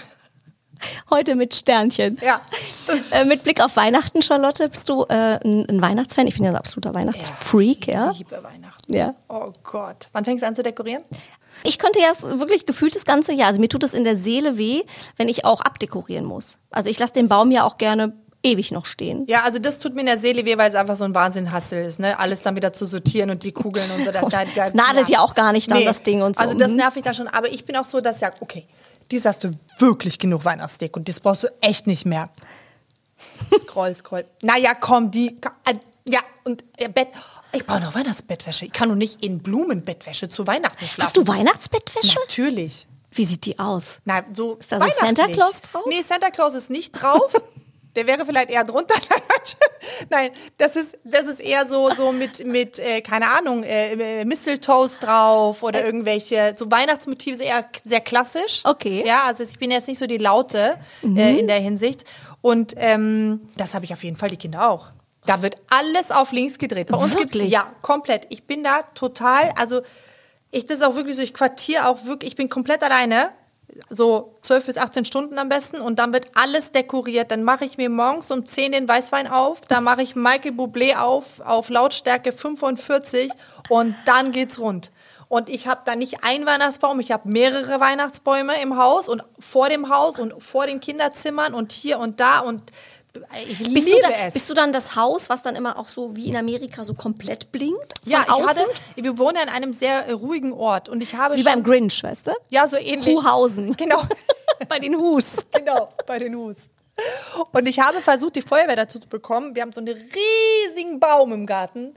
[SPEAKER 1] Heute mit Sternchen.
[SPEAKER 3] Ja.
[SPEAKER 1] Mit Blick auf Weihnachten, Charlotte, bist du ein Weihnachtsfan? Ich bin ja ein absoluter Weihnachtsfreak, ja.
[SPEAKER 3] Ich liebe Weihnachten.
[SPEAKER 1] Ja.
[SPEAKER 3] Oh Gott. Wann fängst du an zu dekorieren?
[SPEAKER 1] Ich könnte ja wirklich gefühlt das ganze Jahr, also mir tut es in der Seele weh, wenn ich auch abdekorieren muss. Also ich lasse den Baum ja auch gerne ewig noch stehen.
[SPEAKER 3] Ja, also das tut mir in der Seele weh, weil es einfach so ein Wahnsinn-Hassel ist, ne? Alles dann wieder zu sortieren und die Kugeln und so.
[SPEAKER 1] Das nadelt ja auch gar nicht dann, das Ding und so.
[SPEAKER 3] Also das nervt mich dann schon. Aber ich bin auch so, dass ich sage, okay, dies hast du wirklich genug Weihnachtsdeko und das brauchst du echt nicht mehr. Scroll. Naja, komm, ja, und Bett. Ich brauche noch Weihnachtsbettwäsche. Ich kann doch nicht in Blumenbettwäsche zu Weihnachten schlafen.
[SPEAKER 1] Hast du Weihnachtsbettwäsche?
[SPEAKER 3] Natürlich.
[SPEAKER 1] Wie sieht die aus?
[SPEAKER 3] Na, so
[SPEAKER 1] Ist da so Santa
[SPEAKER 3] weihnachtlich.
[SPEAKER 1] Claus drauf?
[SPEAKER 3] Nee, Santa Claus ist nicht drauf. Der wäre vielleicht eher drunter. Nein, das ist eher so mit keine Ahnung, Mistletoes drauf oder irgendwelche, so Weihnachtsmotive, ist eher sehr klassisch.
[SPEAKER 1] Okay.
[SPEAKER 3] Ja, also ich bin jetzt nicht so die Laute in der Hinsicht. Und das habe ich auf jeden Fall, die Kinder auch. Da wird alles auf links gedreht. Bei uns gibt's, ja, komplett. Ich bin da total, also das ist auch wirklich so, ich quartiere auch wirklich, ich bin komplett alleine. So 12 bis 18 Stunden am besten und dann wird alles dekoriert. Dann mache ich mir morgens um 10 den Weißwein auf, dann mache ich Michael Bublé auf Lautstärke 45 und dann geht's rund. Und ich habe da nicht einen Weihnachtsbaum, ich habe mehrere Weihnachtsbäume im Haus und vor dem Haus und vor den Kinderzimmern und hier und da und ich liebe es.
[SPEAKER 1] Bist du dann das Haus, was dann immer auch so wie in Amerika so komplett blinkt?
[SPEAKER 3] Ja,
[SPEAKER 1] von außen?
[SPEAKER 3] wir wohnen in einem sehr ruhigen Ort und ich habe
[SPEAKER 1] Wie beim Grinch, weißt du?
[SPEAKER 3] ja, so ähnlich.
[SPEAKER 1] Huhausen.
[SPEAKER 3] Genau.
[SPEAKER 1] Bei den Hus.
[SPEAKER 3] Genau, bei den Hus. Und ich habe versucht, die Feuerwehr dazu zu bekommen. Wir haben so einen riesigen Baum im Garten,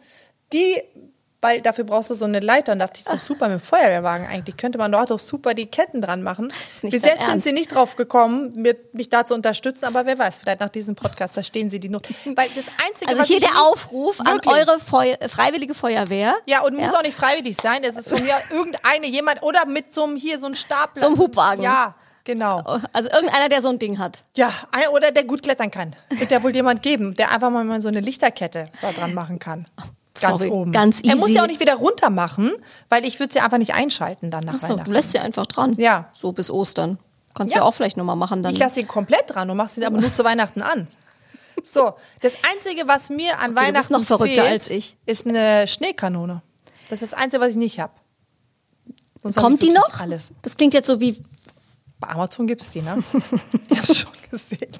[SPEAKER 3] weil dafür brauchst du so eine Leiter. Und dachte ich, so super mit dem Feuerwehrwagen eigentlich. Könnte man dort auch super die Ketten dran machen.
[SPEAKER 1] nicht
[SPEAKER 3] Bis
[SPEAKER 1] dein
[SPEAKER 3] jetzt sind
[SPEAKER 1] Ernst.
[SPEAKER 3] sie nicht drauf gekommen, mich da zu unterstützen. Aber wer weiß, vielleicht nach diesem Podcast verstehen sie die noch. Weil das Einzige,
[SPEAKER 1] Also
[SPEAKER 3] was
[SPEAKER 1] hier
[SPEAKER 3] ich
[SPEAKER 1] der
[SPEAKER 3] nicht-
[SPEAKER 1] Aufruf an
[SPEAKER 3] Wirklich.
[SPEAKER 1] eure freiwillige Feuerwehr.
[SPEAKER 3] Ja, und muss auch nicht freiwillig sein. Das ist von mir jemand, oder mit so einem Stapler.
[SPEAKER 1] So einem Hubwagen.
[SPEAKER 3] Ja, genau.
[SPEAKER 1] Also irgendeiner, der so ein Ding hat.
[SPEAKER 3] Ja, oder der gut klettern kann. Wird ja wohl jemand geben, der einfach mal so eine Lichterkette da dran machen kann. Ganz
[SPEAKER 1] Sorry,
[SPEAKER 3] oben.
[SPEAKER 1] ganz
[SPEAKER 3] Er muss
[SPEAKER 1] easy.
[SPEAKER 3] ja auch nicht wieder runter machen, weil ich würde sie einfach nicht einschalten dann nach
[SPEAKER 1] Achso, du
[SPEAKER 3] Weihnachten.
[SPEAKER 1] lässt sie einfach dran.
[SPEAKER 3] Ja.
[SPEAKER 1] So bis Ostern. Kannst
[SPEAKER 3] Ja.
[SPEAKER 1] ja auch vielleicht nochmal machen dann.
[SPEAKER 3] Ich lasse sie komplett dran und mache sie aber nur zu Weihnachten an. So, das Einzige, was mir an
[SPEAKER 1] du
[SPEAKER 3] Weihnachten
[SPEAKER 1] bist noch verrückter
[SPEAKER 3] fehlt,
[SPEAKER 1] als ich.
[SPEAKER 3] ist eine Schneekanone. Das ist das Einzige, was ich nicht habe.
[SPEAKER 1] Kommt die noch?
[SPEAKER 3] Alles.
[SPEAKER 1] Das klingt jetzt so wie...
[SPEAKER 3] Bei Amazon gibt es die, ne? Ich habe schon gesehen.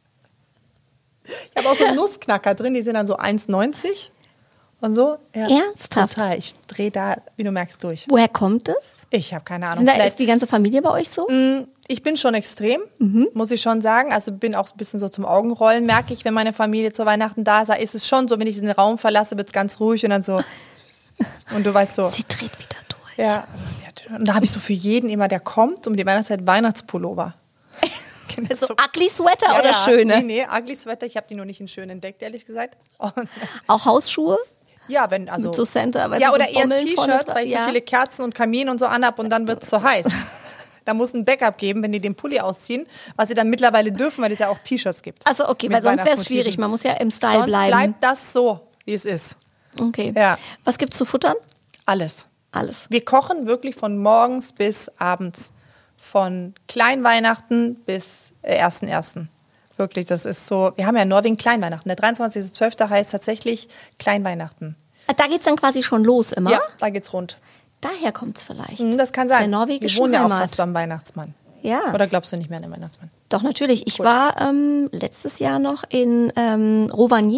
[SPEAKER 3] Ich habe auch so Nussknacker drin, die sind dann so 1,90 und so. Ja,
[SPEAKER 1] Ernsthaft?
[SPEAKER 3] Total. Ich drehe da, wie du merkst, durch.
[SPEAKER 1] Woher kommt es?
[SPEAKER 3] Ich habe keine Ahnung.
[SPEAKER 1] Ist die ganze Familie bei euch so?
[SPEAKER 3] Ich bin schon extrem, muss ich schon sagen. Also bin auch ein bisschen so zum Augenrollen, merke ich, wenn meine Familie zu Weihnachten da ist. Ist es schon so, wenn ich den Raum verlasse, wird es ganz ruhig und dann so. Und du weißt so.
[SPEAKER 1] Sie dreht wieder durch.
[SPEAKER 3] Ja, und da habe ich so für jeden immer, der kommt, um die Weihnachtszeit Weihnachtspullover.
[SPEAKER 1] So ugly Sweater oder schöne?
[SPEAKER 3] Nee, ugly Sweater. Ich habe die noch nicht in schön entdeckt, ehrlich gesagt. Und,
[SPEAKER 1] Auch Hausschuhe?
[SPEAKER 3] ja, wenn, also.
[SPEAKER 1] Mit so Center, weißt
[SPEAKER 3] ja,
[SPEAKER 1] du, so
[SPEAKER 3] oder eher
[SPEAKER 1] Bommeln vorne
[SPEAKER 3] T-Shirts,
[SPEAKER 1] dran.
[SPEAKER 3] weil ich
[SPEAKER 1] Ja.
[SPEAKER 3] so viele Kerzen und Kamin und so anhab und dann wird es zu heiß. Da muss ein Backup geben, wenn die den Pulli ausziehen, was sie dann mittlerweile dürfen, weil es ja auch T-Shirts gibt.
[SPEAKER 1] Also okay,
[SPEAKER 3] Mit
[SPEAKER 1] weil sonst wäre es
[SPEAKER 3] Weihnachtsmotiven.
[SPEAKER 1] schwierig. Man muss ja im Style
[SPEAKER 3] Sonst
[SPEAKER 1] bleiben.
[SPEAKER 3] bleibt das so, wie es ist.
[SPEAKER 1] Okay.
[SPEAKER 3] Ja.
[SPEAKER 1] Was gibt's zu futtern?
[SPEAKER 3] Alles.
[SPEAKER 1] Alles.
[SPEAKER 3] Wir kochen wirklich von morgens bis abends. Von Kleinweihnachten bis 1.1. Wirklich, das ist so. Wir haben ja in Norwegen Kleinweihnachten. Der 23.12. heißt tatsächlich Kleinweihnachten.
[SPEAKER 1] Da geht's dann quasi schon los immer?
[SPEAKER 3] Ja, da geht's rund.
[SPEAKER 1] Daher kommt's vielleicht.
[SPEAKER 3] Das kann
[SPEAKER 1] Aus
[SPEAKER 3] sein.
[SPEAKER 1] Der
[SPEAKER 3] Wir
[SPEAKER 1] norwegische
[SPEAKER 3] wohnen ja auch
[SPEAKER 1] Heimat.
[SPEAKER 3] fast beim Weihnachtsmann.
[SPEAKER 1] Ja.
[SPEAKER 3] Oder glaubst du nicht mehr an den Weihnachtsmann?
[SPEAKER 1] Doch, natürlich. Ich war letztes Jahr noch in Rovaniemi.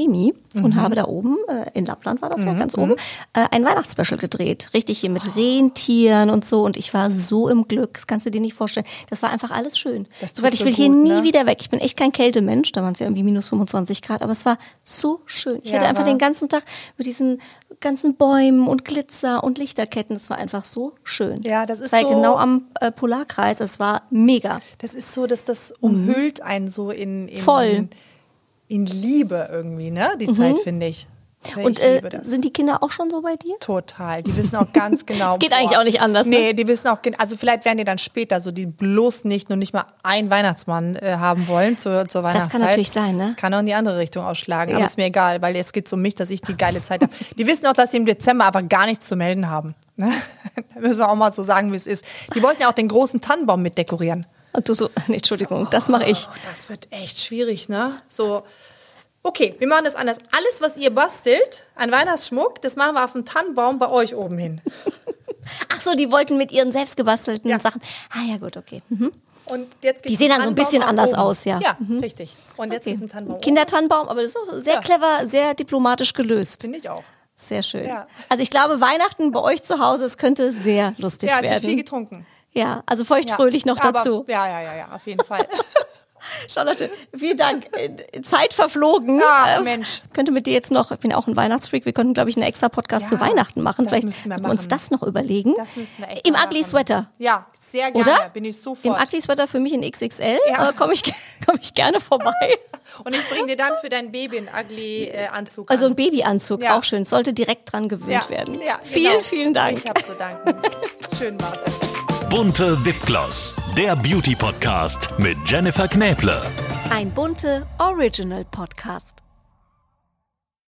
[SPEAKER 1] und habe da oben, in Lappland war das ja ganz oben, ein Weihnachtsspecial gedreht. Richtig hier mit Rentieren und so. Und ich war so im Glück, das kannst du dir nicht vorstellen. Das war einfach alles schön. Weil ich will hier nie wieder weg. Ich bin echt kein Kältemensch, da waren es ja irgendwie minus 25 Grad, aber es war so schön. Ich hätte einfach den ganzen Tag mit diesen ganzen Bäumen und Glitzer und Lichterketten, das war einfach so schön.
[SPEAKER 3] Ja, das ist
[SPEAKER 1] so. Genau am Polarkreis, es war mega.
[SPEAKER 3] Das ist so, dass das umhüllt einen so in Liebe irgendwie, ne? Die Zeit, finde ich.
[SPEAKER 1] Und sind die Kinder auch schon so bei dir?
[SPEAKER 3] Total. Die wissen auch ganz genau.
[SPEAKER 1] Es geht eigentlich auch nicht anders.
[SPEAKER 3] Nee, die wissen auch, also vielleicht werden die dann später so, die bloß nicht mal einen Weihnachtsmann haben wollen zur Weihnachtszeit.
[SPEAKER 1] Das kann natürlich sein, ne?
[SPEAKER 3] Das kann auch in die andere Richtung ausschlagen. Aber ist mir egal, weil es geht um mich, dass ich die geile Zeit habe. Die wissen auch, dass sie im Dezember aber gar nichts zu melden haben. Ne? Da müssen wir auch mal so sagen, wie es ist. Die wollten ja auch den großen Tannenbaum mit dekorieren.
[SPEAKER 1] Und du so, nee, Entschuldigung, das mache ich.
[SPEAKER 3] Das wird echt schwierig, ne? So. Okay, wir machen das anders. Alles, was ihr bastelt an Weihnachtsschmuck, das machen wir auf dem Tannenbaum bei euch oben hin.
[SPEAKER 1] Ach so, die wollten mit ihren selbstgebastelten Sachen. Ah ja, gut, okay.
[SPEAKER 3] Und jetzt
[SPEAKER 1] die sehen dann so ein bisschen anders aus, ja.
[SPEAKER 3] Ja, richtig. Und jetzt ist ein Tannenbaum.
[SPEAKER 1] Kindertannenbaum, aber das ist so sehr clever, sehr diplomatisch gelöst.
[SPEAKER 3] Finde ich auch.
[SPEAKER 1] Sehr schön.
[SPEAKER 3] Ja.
[SPEAKER 1] Also ich glaube, Weihnachten bei euch zu Hause, es könnte sehr lustig werden.
[SPEAKER 3] Ja, es wird viel getrunken.
[SPEAKER 1] Ja, also feuchtfröhlich noch dazu.
[SPEAKER 3] Ja, auf jeden Fall.
[SPEAKER 1] Charlotte, vielen Dank. Zeit verflogen.
[SPEAKER 3] Ja, Mensch.
[SPEAKER 1] Könnte mit dir jetzt noch, ich bin auch ein Weihnachtsfreak, wir könnten, glaube ich, einen extra Podcast zu Weihnachten machen. Vielleicht
[SPEAKER 3] müssen
[SPEAKER 1] wir uns das noch überlegen.
[SPEAKER 3] Das müssen wir echt
[SPEAKER 1] Im
[SPEAKER 3] machen.
[SPEAKER 1] Ugly Sweater.
[SPEAKER 3] Ja, sehr gerne.
[SPEAKER 1] Oder?
[SPEAKER 3] Bin ich sofort.
[SPEAKER 1] Im Ugly Sweater für mich in XXL. Komme ich gerne vorbei.
[SPEAKER 3] Und ich bringe dir dann für dein Baby einen Ugly Anzug
[SPEAKER 1] Also
[SPEAKER 3] an.
[SPEAKER 1] ein Babyanzug, auch schön. Sollte direkt dran gewöhnt werden.
[SPEAKER 3] Ja,
[SPEAKER 1] Vielen Dank.
[SPEAKER 3] Ich habe zu danken. Schön war's.
[SPEAKER 2] Bunte Vipgloss, der Beauty-Podcast mit Jennifer Knäble.
[SPEAKER 1] Ein Bunte Original Podcast.